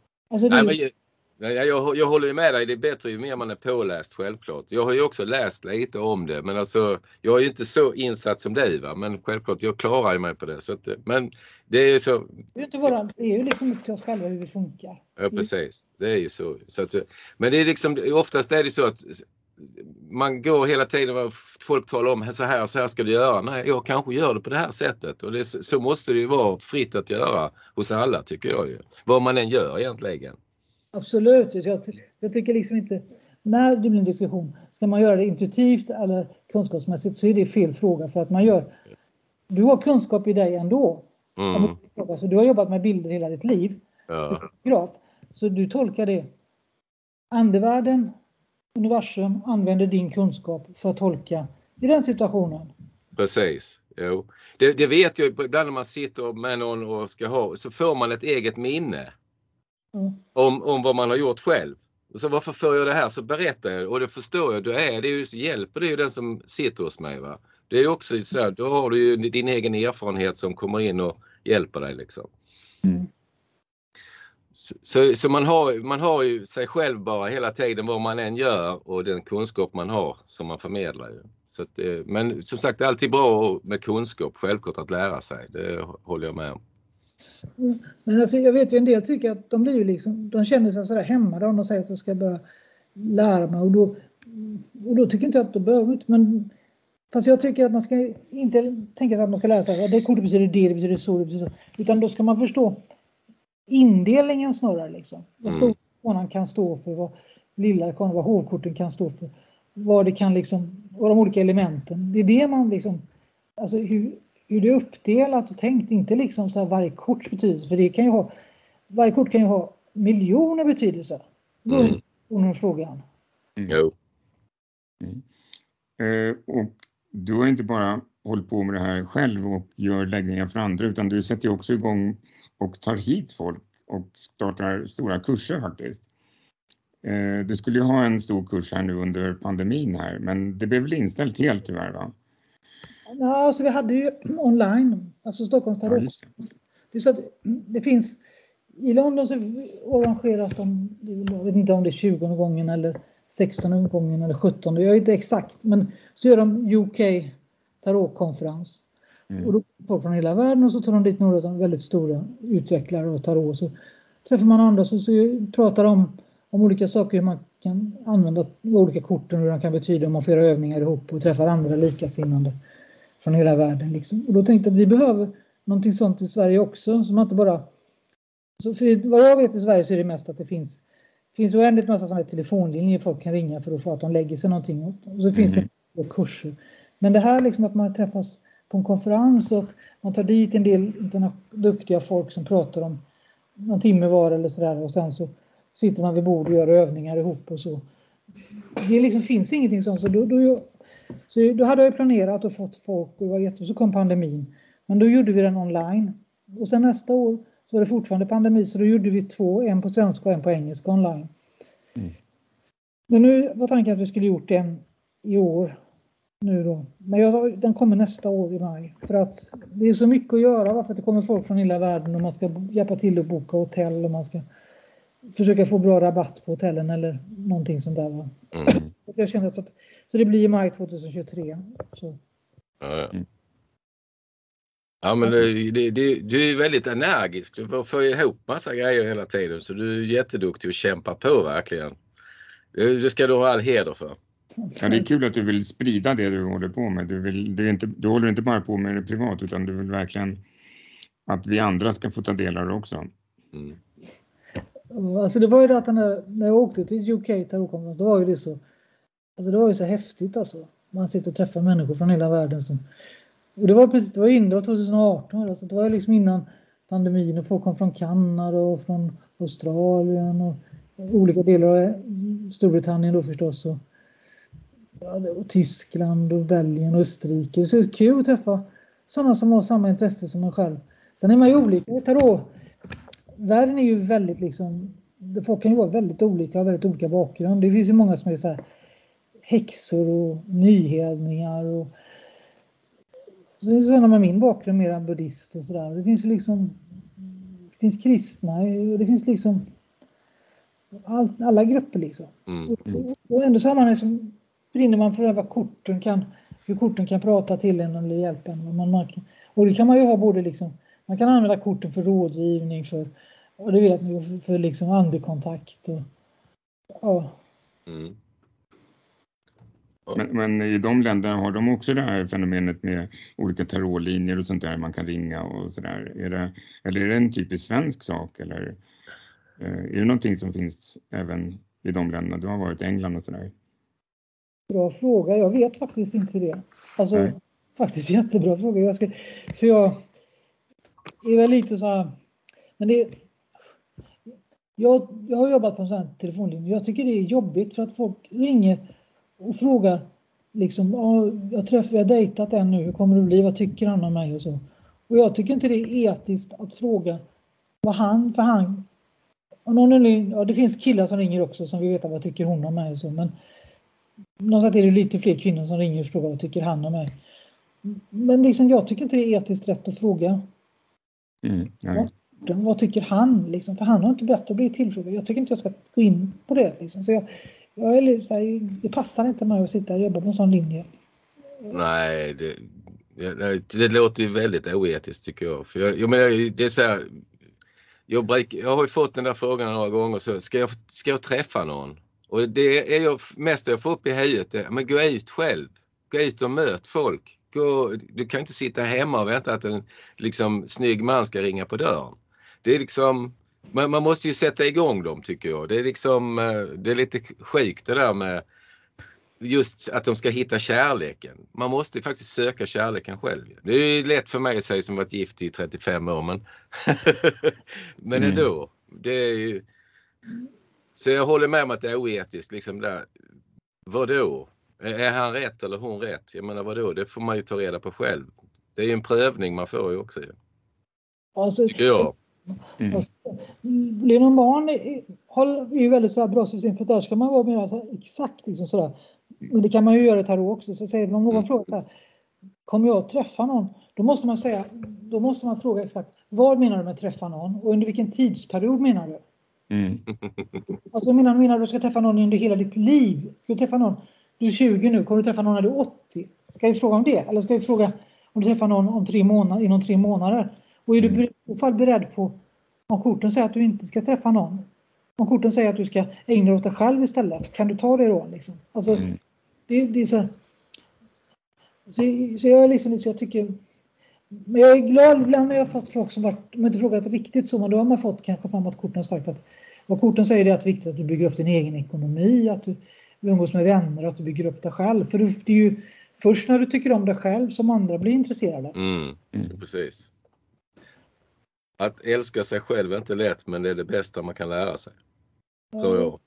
jag håller ju med dig, det är bättre ju mer man är påläst, självklart. Jag har ju också läst lite om det, men alltså jag är ju inte så insatt som dig, va, men självklart jag klarar ju mig på det, så att, men det är ju så, det är ju liksom upp till oss själva hur vi funkar. Ja, precis, det är ju så att, men det är liksom, oftast är det så att man går hela tiden och folk talar om så här ska du göra. Nej, jag kanske gör det på det här sättet, och så måste det ju vara fritt att göra hos alla, tycker jag ju. Vad man än gör egentligen. Absolut, jag tycker liksom inte, när det blir en diskussion, ska man göra det intuitivt eller kunskapsmässigt, så är det fel fråga, för att du har kunskap i dig ändå. Alltså, du har jobbat med bilder hela ditt liv. Ja. Så du tolkar det. Andevärlden, universum använder din kunskap för att tolka i den situationen. Precis. Jo. Det vet jag ibland när man sitter med någon och ska ha, så får man ett eget minne om vad man har gjort själv. Och så varför får jag det här, så berättar jag, och det förstår jag, då är det ju, så hjälper det ju den som sitter hos mig, va. Det är ju också så här, då har du ju din egen erfarenhet som kommer in och hjälper dig liksom. Så man har ju sig själv bara hela tiden, vad man än gör, och den kunskap man har som man förmedlar ju. Så att, men som sagt, det är alltid bra med kunskap, självklart, att lära sig. Det håller jag med om. Men alltså, jag vet ju en del tycker att de blir ju liksom, de känner sig sådär hemma då de säger att jag ska börja lära mig, och då tycker inte jag att det behöver, men fast jag tycker att man ska inte tänka sig att man ska lära sig att det kortet betyder det betyder så, utan då ska man förstå indelningen snarare liksom. Vad storkonan kan stå för, vad lilla konan, vad hovkorten kan stå för, vad det kan liksom, vad de olika elementen. Det är det man liksom, alltså hur det är uppdelat och tänkt, inte liksom så här varje korts betydelse, för det kan ju ha, varje kort kan ju ha miljoner betydelser. Då är frågan. Jo. Och du har inte bara hållit på med det här själv och gör läggningar för andra, utan du sätter ju också igång och tar hit folk och startar stora kurser faktiskt. Du skulle ju ha en stor kurs här nu under pandemin här, men det blev väl inställt helt tyvärr, va? Ja, alltså vi hade ju online, alltså Stockholms Tarot. Det är så att det finns, i London så arrangeras de, jag vet inte om det är 20 gången eller 16 gången eller 17, jag är inte exakt, men så gör de UK tarotkonferens. Och då kommer folk från hela världen, och så tar de dit några av de väldigt stora utvecklare och tarot, så träffar man andra, så pratar de om olika saker, hur man kan använda olika korten, hur de kan betyda, om man får göra övningar ihop och träffar andra likasinnande från hela världen liksom. Och då tänkte jag att vi behöver någonting sånt i Sverige också, som inte bara, så för vad jag vet i Sverige så är det mest att det finns oändligt massa sådana telefonlinjer folk kan ringa för att få att de lägger sig någonting åt. Och så finns det kurser. Men det här liksom att man träffas på en konferens och att man tar dit en del duktiga folk som pratar om någon timme var eller sådär, och sen så sitter man vid bord och gör övningar ihop och så. Det liksom finns ingenting sånt, så då hade jag planerat och fått folk, och det var så kom pandemin. Men då gjorde vi den online. Och sen nästa år så var det fortfarande pandemi, så då gjorde vi 2, en på svenska och en på engelska online. Men nu var tanken att vi skulle gjort den i år nu då. Men den kommer nästa år i maj. För att det är så mycket att göra, för att det kommer folk från hela världen och man ska hjälpa till att boka hotell och man ska försöka få bra rabatt på hotellen eller någonting sånt där, va? Jag känner att så det blir i maj 2023. Så. Ja, men du är väldigt energisk. Du får ihop massa grejer hela tiden, så du är jätteduktig och kämpar på verkligen. Det ska du ha all heder för. Ja, det är kul att du vill sprida det du håller på med. Du håller inte bara på med det privat, utan du vill verkligen att vi andra ska få ta del av det också. Alltså det var ju det att när jag åkte till UK tarotkonferens, då var ju det så, alltså det var ju så häftigt alltså. Man sitter och träffar människor från hela världen som, och det var inne 2018, alltså det var ju liksom innan pandemin, och folk kom från Kanada och från Australien och olika delar av Storbritannien då förstås, och Tyskland och Belgien och Österrike. Så det är kul att träffa sådana som har samma intresse som en själv. Sen är man ju olika. Världen är ju väldigt liksom, folk kan ju vara väldigt olika, ha väldigt olika bakgrund. Det finns ju många som är så här häxor och nyhedningar, och så är det sådana med min bakgrund, mer buddhist och sådär. Det finns liksom, det finns kristna, och det finns liksom alla grupper liksom. Och ändå så har man liksom, brinner man för hur korten kan prata till en eller hjälpa en. Och det kan man ju ha både liksom, man kan använda korten för rådgivning, och det vet ni, för liksom andekontakt och ja. Men i de länderna har de också det här fenomenet med olika tarotlinjer och sånt där man kan ringa och sådär. Eller är det en typisk svensk sak, eller är det någonting som finns även i de länderna? Du har varit i England och sådär. Bra fråga, jag vet faktiskt inte det. Alltså, faktiskt jättebra fråga. är väl lite så här, men det, jag har jobbat på en sån här telefonlinje. Jag tycker det är jobbigt för att folk ringer och frågar liksom, jag har dejtat en nu, hur kommer det bli, vad tycker han om mig och så. Och jag tycker inte det är etiskt att fråga vad han och det finns killar som ringer också som vill veta vad tycker hon om mig och så, men någonstans är det lite fler kvinnor som ringer och frågar vad tycker han om mig. Men liksom, jag tycker inte det är etiskt rätt att fråga. Vad tycker han? Liksom, för han har inte bett att bli tillfrågad. Jag tycker inte jag ska gå in på det. Liksom. Så jag är lite så här, det passar inte mig att sitta och jobba på en sån linje. Nej, det låter ju väldigt oetiskt tycker jag. För jag menar, det är så här, jag har ju fått den där frågan några gånger. Så ska jag träffa någon? Och det är jag mest jag får upp i huvudet. Men gå ut själv. Gå ut och möt folk. Du kan inte sitta hemma och vänta att en liksom, snygg man ska ringa på dörren. Det är liksom, man måste ju sätta igång dem tycker jag. Det är liksom, det är lite sjukt det där med just att de ska hitta kärleken. Man måste ju faktiskt söka kärleken själv. Det är ju lätt för mig att säga som varit gift i 35 år, men ändå. Det är ju, så jag håller med om att det är oetiskt liksom där. Vadå? Är han rätt eller hon rätt? Jag menar vadå? Det får man ju ta reda på själv. Det är ju en prövning man får ju också. Alltså, tycker jag. Lena Barn är ju väldigt så här bra system för där ska man vara mer så här, exakt liksom sådär. Men det kan man ju göra det här också. Så säger om någon frågar så här, kommer jag att träffa någon? Då måste man fråga exakt, vad menar du med träffa någon? Och under vilken tidsperiod menar du? Alltså menar du att du ska träffa någon under hela ditt liv? Ska du träffa någon? Du är 20 nu, kommer du träffa någon när du är 80? Ska jag fråga om det? Eller ska jag fråga om du träffar någon om 3 månader, inom 3 månader? Och är du i så fall beredd på, om korten säger att du inte ska träffa någon, om korten säger att du ska ägna dig åt dig själv istället, kan du ta det då? Liksom? Alltså, det är så jag är liksom, så jag tycker, men jag är glad ibland när jag har fått folk som varit, om inte frågat riktigt så, men då har man fått kanske fram att korten har sagt att vad korten säger är att det är viktigt att du bygger upp din egen ekonomi, att du umgås med vänner, att du bygger upp dig själv. För det är ju först när du tycker om dig själv som andra blir intresserade. Precis. Att älska sig själv är inte lätt, men det är det bästa man kan lära sig. Tror jag.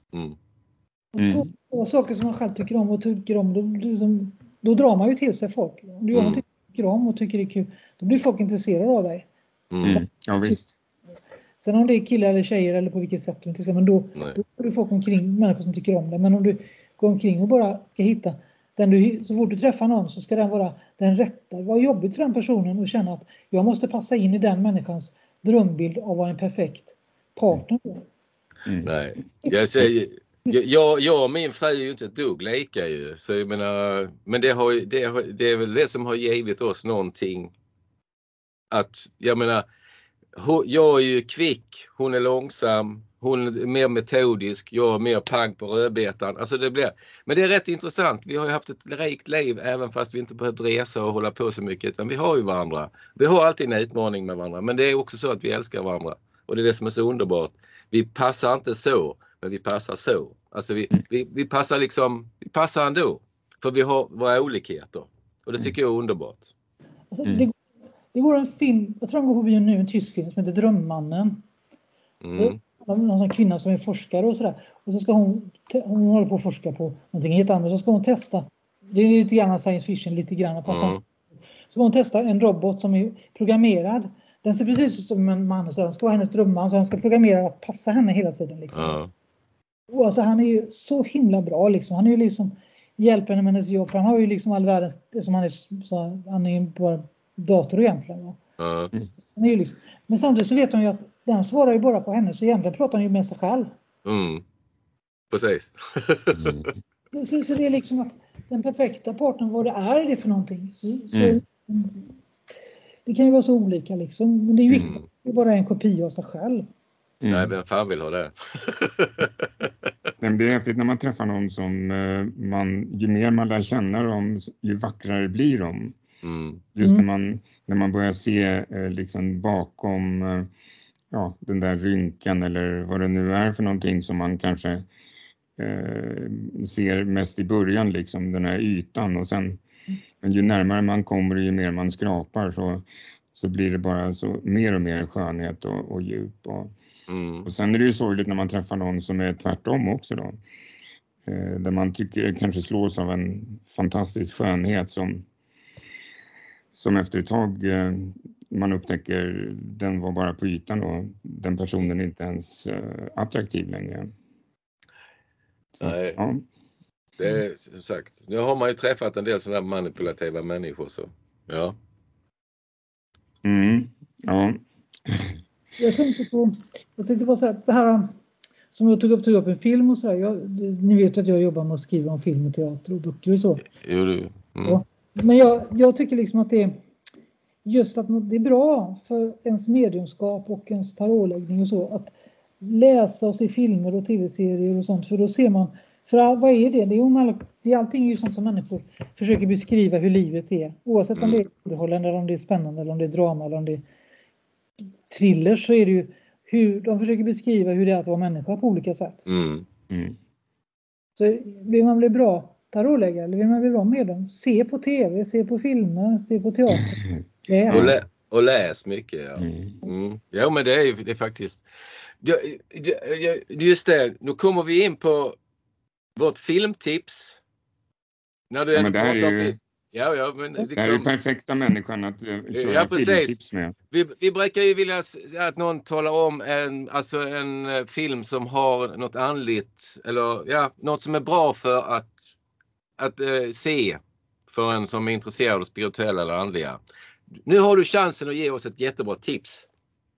Och saker som man själv tycker om och tycker om, då drar man ju till sig folk. Om du gör något tycker om och tycker det är kul, då blir folk intresserade av dig. Ja, visst. Sen om det är killar eller tjejer eller på vilket sätt du inte ser, men då får du folk omkring människor som tycker om det. Men om du går omkring och bara ska hitta så fort du träffar någon så ska den vara den rätta. Det var jobbigt för den personen att känna att jag måste passa in i den människans drömbild av vad en perfekt partner är. Nej, jag säger, jag och min fru är ju inte ett dugg lika ju. Så jag menar, men det är väl det som har givit oss någonting. Att, jag menar, jag är ju kvick, hon är långsam, hon är mer metodisk, jag är mer pang på rödbetan. Alltså men det är rätt intressant. Vi har ju haft ett rikt liv även fast vi inte behövt resa och hålla på så mycket. Utan vi har ju varandra. Vi har alltid en utmaning med varandra. Men det är också så att vi älskar varandra. Och det är det som är så underbart. Vi passar inte så, men vi passar så. Alltså vi passar liksom, vi passar ändå. För vi har våra olikheter. Och det tycker jag är underbart. Alltså, det går en film, jag tror den går på bio nu, en tysk film som heter Drömmannen. Någon sån kvinna som är forskare och sådär. Och så ska hon håller på att forska på någonting helt annat. Så ska hon testa, det är lite grann science fiction, lite grann. Så ska hon testa en robot som är programmerad. Den ser precis ut som en man, så den ska vara hennes drömman. Så den ska programmera att passa henne hela tiden. Liksom. Och alltså, han är ju så himla bra. Liksom. Han är ju liksom, hjälper henne med hennes jobb. För han har ju liksom all världens, som han är ju bara dator egentligen. Va? Han är ju liksom, men samtidigt så vet hon ju att den svarar ju bara på henne, så egentligen pratar han ju med sig själv. Precis. Så det är liksom att den perfekta partnern, vad det är det för någonting. Det kan ju vara så olika liksom, men det är ju viktigt att det bara är en kopia av sig själv. Nej, vem fan vill ha det? Det blir häftigt när man träffar någon som ju mer man lär känna dem, ju vackrare blir de. Just när man börjar se liksom bakom den där rynkan eller vad det nu är för någonting som man kanske ser mest i början, liksom den här ytan, och sen ju närmare man kommer ju mer man skrapar så blir det bara så mer och mer skönhet och djup. Och sen är det ju sorgligt när man träffar någon som är tvärtom också då. Där man tycker kanske slås av en fantastisk skönhet som efter ett tag man upptäcker den var bara på ytan och den personen är inte ens attraktiv längre. Nej. Ja. Det är som sagt, nu har man ju träffat en del sådana manipulativa människor så. Ja. Ja. Jag tänkte på så här, det här som jag tog upp en film och så där. Ni vet att jag jobbar med att skriva om film och teater och böcker och så. Jo, du. Ja. Men jag tycker liksom att det är just att det är bra för ens mediumskap och ens tarotläggning och så att läsa och se filmer och tv-serier och sånt, för då ser man, för vad är det? Det är allting ju sånt som människor försöker beskriva hur livet är, oavsett om det är underhållande eller om det är spännande eller om det är drama eller om det är thriller, så är det ju hur de försöker beskriva hur det är att vara människa på olika sätt. Så vill man bli bra tarotläggare eller vill man bli bra medium, se på tv, se på filmer, se på teater. Och läs mycket, ja. Ja, men det är faktiskt... Just det, nu kommer vi in på vårt filmtips. När du men det här är ju... Ja, men liksom, det här är perfekta människan att köra filmtips med. Vi brukar ju vilja att någon talar om en film som har något andligt eller något som är bra för att se för en som är intresserad av spirituella eller andliga. Nu har du chansen att ge oss ett jättebra tips.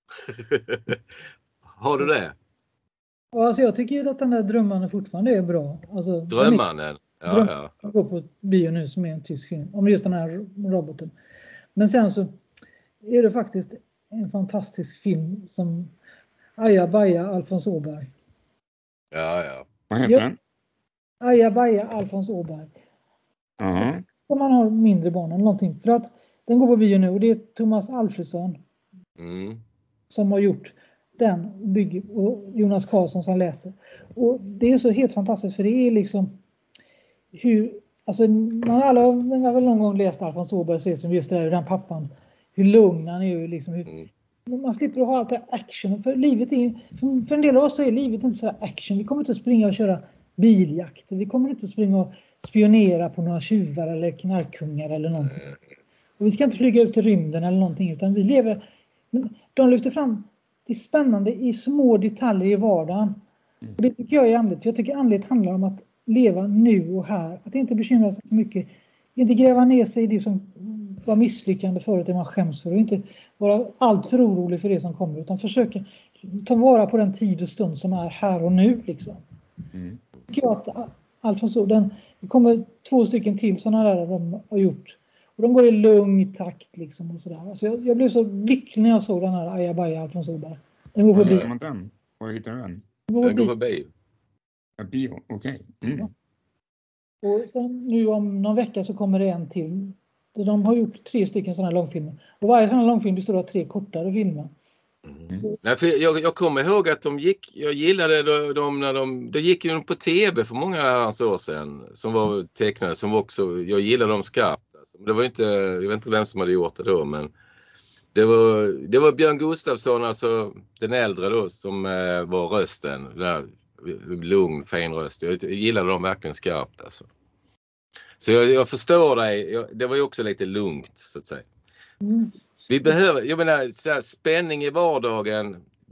Har du det? Alltså jag tycker ju att den där Drömmannen fortfarande är bra. Alltså, Drömmannen? Ja. Jag går på bio nu som är en tysk film. Om just den här roboten. Men sen så är det faktiskt en fantastisk film som Aja Baja Alfons Åberg. Ja. Vad heter den? Aja Baja Alfons Åberg. Om man har mindre barn eller någonting. För att den går på bio nu och det är Thomas Alfredsson som har gjort den och Jonas Karlsson som läser. Och det är så helt fantastiskt, för det är liksom hur, alltså man har väl någon gång läst Alfons Åberg och ser som just det där, den pappan, hur lugn han är och liksom man slipper ha allt det action, för livet är, för en del av oss så är livet inte så action. Vi kommer inte att springa och köra biljakt, vi kommer inte att springa och spionera på några tjuvar eller knarkkungar eller någonting. Och vi ska inte flyga ut i rymden eller någonting, utan vi lever, de lyfter fram det spännande i små detaljer i vardagen. Och det tycker jag är andligt. För jag tycker andligt handlar om att leva nu och här. Att inte bekymra sig för mycket. Inte gräva ner sig i det som var misslyckande förut, det man skäms för. Och inte vara allt för orolig för det som kommer. Utan försöka ta vara på den tid och stund som är här och nu. Liksom. Jag tycker att Alfons Åberg, det kommer 2 stycken till sådana där de har gjort. Och de går i lugn takt liksom och sådär. Alltså jag blev så lycklig när jag såg den här Aja Baja Alfons Åberg. Den går på bio. Var hittar du den? Den går på bio. Bio, okej. Ja. Och sen nu om någon vecka så kommer det en till. De har gjort 3 stycken sådana här långfilmer. Och varje sån här långfilm består av 3 kortare filmer. Nej, för jag kommer ihåg att jag gillade dem när de gick ju på tv för många år sedan som var tecknade, som också, jag gillade dem skarpt. Alltså. Det var inte, jag vet inte vem som hade gjort det då, men det var Björn Gustafsson, alltså den äldre då, som var rösten, där lugn, fin röst. Jag gillade dem verkligen skarpt alltså. Så jag förstår dig, det var ju också lite lugnt så att säga. Vi behöver, jag menar, så här, spänning i vardagen.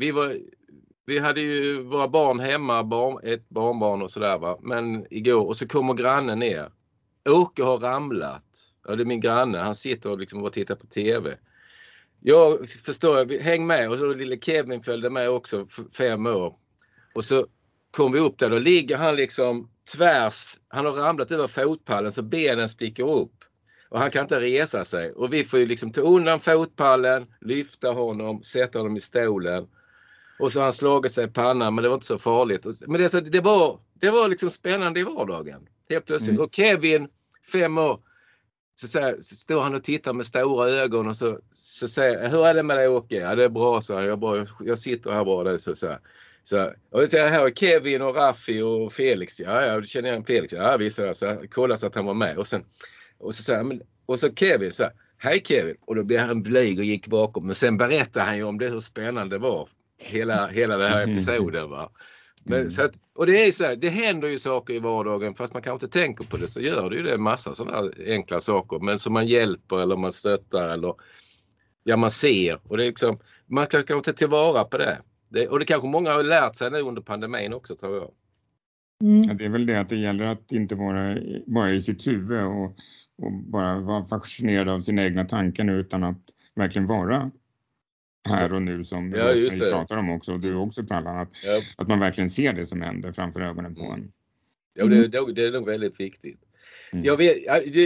Vi hade ju våra barn hemma, ett barnbarn och sådär va. Men igår, och så kommer grannen ner. Åke har ramlat. Ja, det är min granne, han sitter och liksom bara tittar på tv. Jag förstår, häng med. Och så lille Kevin följde med också, 5 år. Och så kom vi upp där, då ligger han liksom tvärs. Han har ramlat över fotpallen så benen sticker upp. Och han kan inte resa sig. Och vi får ju liksom ta undan fotpallen, lyfta honom, sätta honom i stolen. Och så har han slagit sig i pannan, men det var inte så farligt. Men det var liksom spännande i vardagen. Helt plötsligt. Och Kevin, 5 år, så står han och tittar med stora ögon och så säger, hur är det med dig Åke? Ja, det är bra, så jag sitter här bara nu så och jag säger, här är Kevin och Raffi och Felix. Ja, du känner igen Felix. Ja, visst, så kolla så att han var med. Och så Kevin så här, hej Kevin. Och då blev han blyg och gick bakom. Men sen berättade han ju om det, hur spännande det var. Hela den här episoden, va. Men, så att, och det är så här, det händer ju saker i vardagen, fast man kanske inte tänker på det, så gör det ju det en massa sådana enkla saker. Men som man hjälper eller man stöttar eller man ser. Och det är liksom, man kan kanske ta tillvara på det. Och det kanske många har lärt sig nu under pandemin också, tror jag. Ja, det är väl det att det gäller att inte vara i sitt huvud och bara vara fascinerad av sina egna tankar nu, utan att verkligen vara här och nu, som vi pratar om också, och du också, Pallan, att man verkligen ser det som händer framför ögonen på en. Ja, det är nog väldigt viktigt. Jag vet,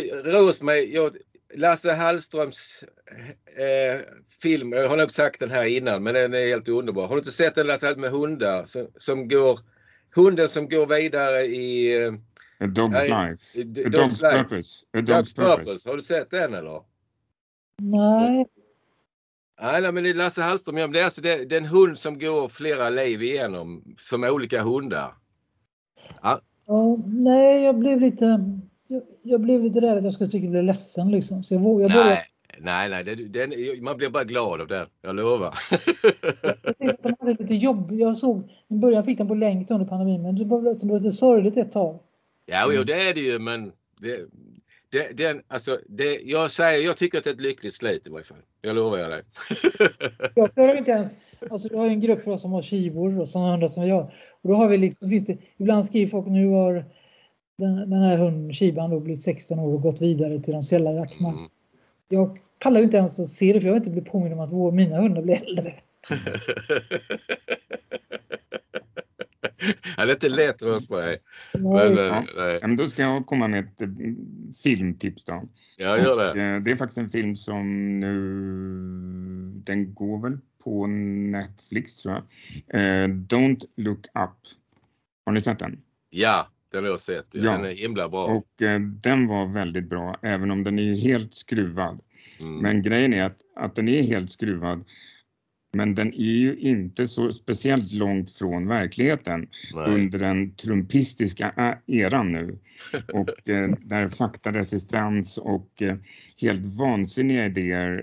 Lasse Hallströms film, jag har nog sagt den här innan, men den är helt underbar. Har du inte sett den, Lasse, med hundar hunden som går vidare i A Dog's Life. A Dog's Purpose. Har du sett den eller? Nej. Nej, men det är Lasse Hallström. Det är alltså det är en hund som går flera liv igenom som olika hundar. Ja. Nej, jag blev lite rädd att jag skulle tycka det blev ledsen liksom. Så jag började... Nej, man blir bara glad av den, jag lovar. De hade lite jobb. Jag såg, i början fick den på länk under pandemin, men det var lite sorgligt ett tag. Ja, det är det ju, men jag tycker att det är ett lyckligt slut i varje fall. Jag lovar dig. Jag klarar inte ens, alltså jag har en grupp för oss som har kivor och sådana hundar som vi har. Och då har vi liksom, ibland skriver folk, nu har den här hunden, Shiban, då blivit 16 år och gått vidare till de säljarjakterna. Jag pallar ju inte ens att se det, för jag vill inte bli påminn om att mina hundar blir äldre. Ja, det är inte lätt, Rosberg. Men då ska jag komma med ett filmtips då. Ja, gör det. Det är faktiskt en film som nu, den går väl på Netflix, tror jag. Don't Look Up. Har ni sett den? Ja, den har jag sett. Ja. Den är himla bra. Och den var väldigt bra, även om den är helt skruvad. Men grejen är att den är helt skruvad. Men den är ju inte så speciellt långt från verkligheten. Under den trumpistiska eran nu. Och där faktaresistens och helt vansinniga idéer.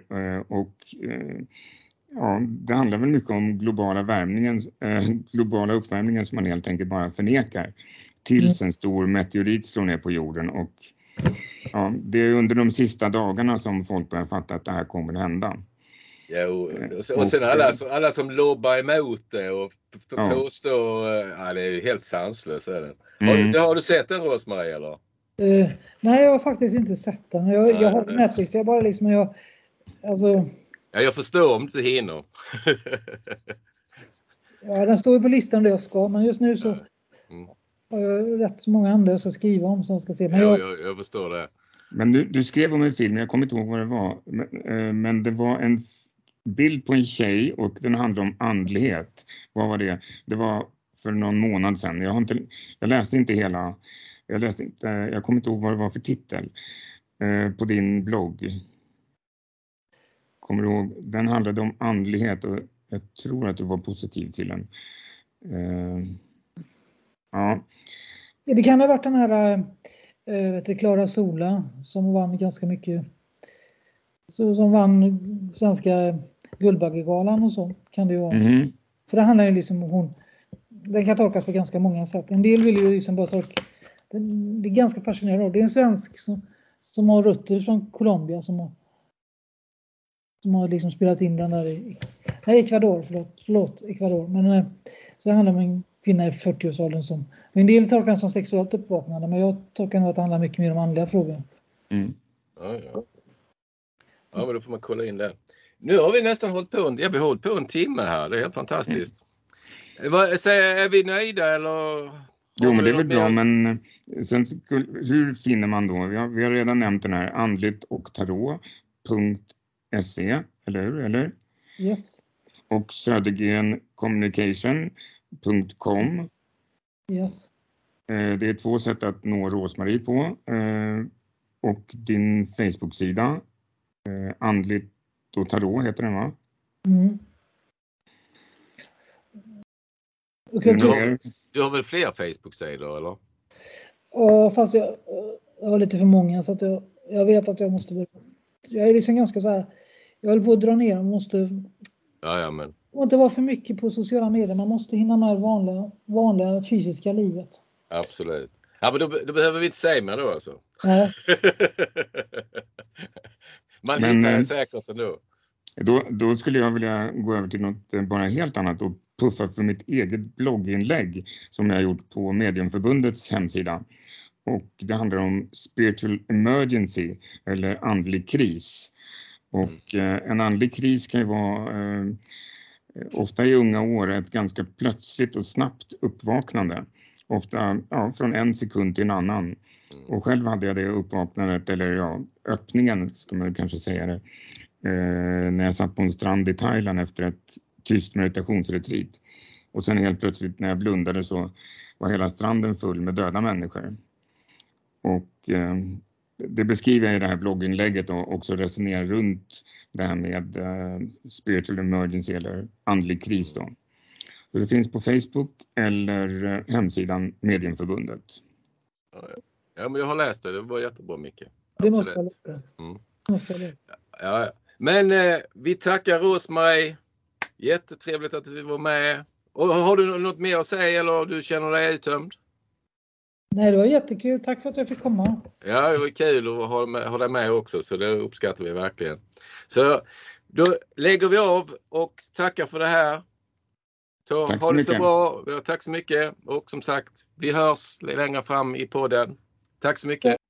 Det handlar väl mycket om globala uppvärmningen som man helt enkelt bara förnekar. Tills en stor meteorit slår ner på jorden. Och det är under de sista dagarna som folk börjar fatta att det här kommer att hända. Ja, och sen alla som lobbar emot det och påstår, det är helt sanslöst. Har du sett den, Rosmarie, eller? Nej, jag har faktiskt inte sett den. Jag har Netflix, jag bara liksom, Ja, jag förstår om du inte hinner. Ja, den står ju på listan där jag ska, men just nu så har jag rätt så många andra jag ska skriva om som ska se. Men jag förstår det. Men du skrev om en film, jag kommer inte ihåg vad det var. Men det var en bild på en tjej och den handlade om andlighet. Vad var det? Det var för någon månad sedan. Jag läste inte hela. Jag kommer inte ihåg vad det var för titel. På din blogg. Kommer du ihåg? Den handlade om andlighet och jag tror att du var positiv till den. Ja. Det kan ha varit den här Klara Sola som vann ganska mycket. Som vann svenska Guldbaggegalan och så kan det ju vara. För det handlar ju liksom om den kan tolkas på ganska många sätt. En del vill ju liksom bara tolka, det är ganska fascinerande. Det är en svensk som har rötter från Colombia som har liksom spelat in den där Ecuador, förlåt Ecuador. Men så det handlar om en kvinna i 40-årsåldern som, en del tolkar den som sexuellt uppvaknande, men jag tolkar nog att det handlar mycket mer om andliga frågor. Ja, men då får man kolla in det. Nu har vi nästan hållit på en timme här. Det är helt fantastiskt. Är vi nöjda eller? Jo, men det är väl bra, men sen, hur finner man då? Vi har redan nämnt den här andligtochtarot.se, eller hur? Eller? Yes. Och södergencommunication.com. Yes. Det är 2 sätt att nå Rosmarie på. Och din Facebook-sida. Andligt och tarot heter den, va? Du har väl fler Facebook-sidor, eller? Ja, fast jag har lite för många så att jag vet att jag måste börja jag är liksom ganska så här, jag håller på att dra ner, man måste men. Och inte vara för mycket på sociala medier, man måste hinna med vanliga fysiska livet. Absolut. Ja, men då behöver vi inte säga mer då alltså. Nej. Man hittar det säkert ändå. Då skulle jag vilja gå över till något bara helt annat och puffa för mitt eget blogginlägg som jag har gjort på Mediumförbundets hemsida. Och det handlar om spiritual emergency eller andlig kris. Och en andlig kris kan ju vara ofta i unga år ett ganska plötsligt och snabbt uppvaknande. Ofta från en sekund till en annan. Och själv hade jag det uppvaknandet, eller öppningen ska man kanske säga det. När jag satt på en strand i Thailand efter ett tyst meditationsretreat. Och sen helt plötsligt när jag blundade så var hela stranden full med döda människor. Och det beskriver jag i det här blogginlägget och också resonerar runt det här med spiritual emergency eller andlig kris då. Så det finns på Facebook eller hemsidan Mediumförbundet. Ja, men jag har läst det var jättebra mycket. Det måste jag läsa. Ja. Men vi tackar Rose-Marie. Jättetrevligt att vi var med. Och har du något mer att säga eller du känner dig uttömd? Nej, det var jättekul. Tack för att jag fick komma. Ja, det var kul att ha dig med också, så det uppskattar vi verkligen. Så då lägger vi av och tackar för det här. Så ha det så bra. Ja, tack så mycket. Och som sagt, vi hörs längre fram i podden. Tack så mycket.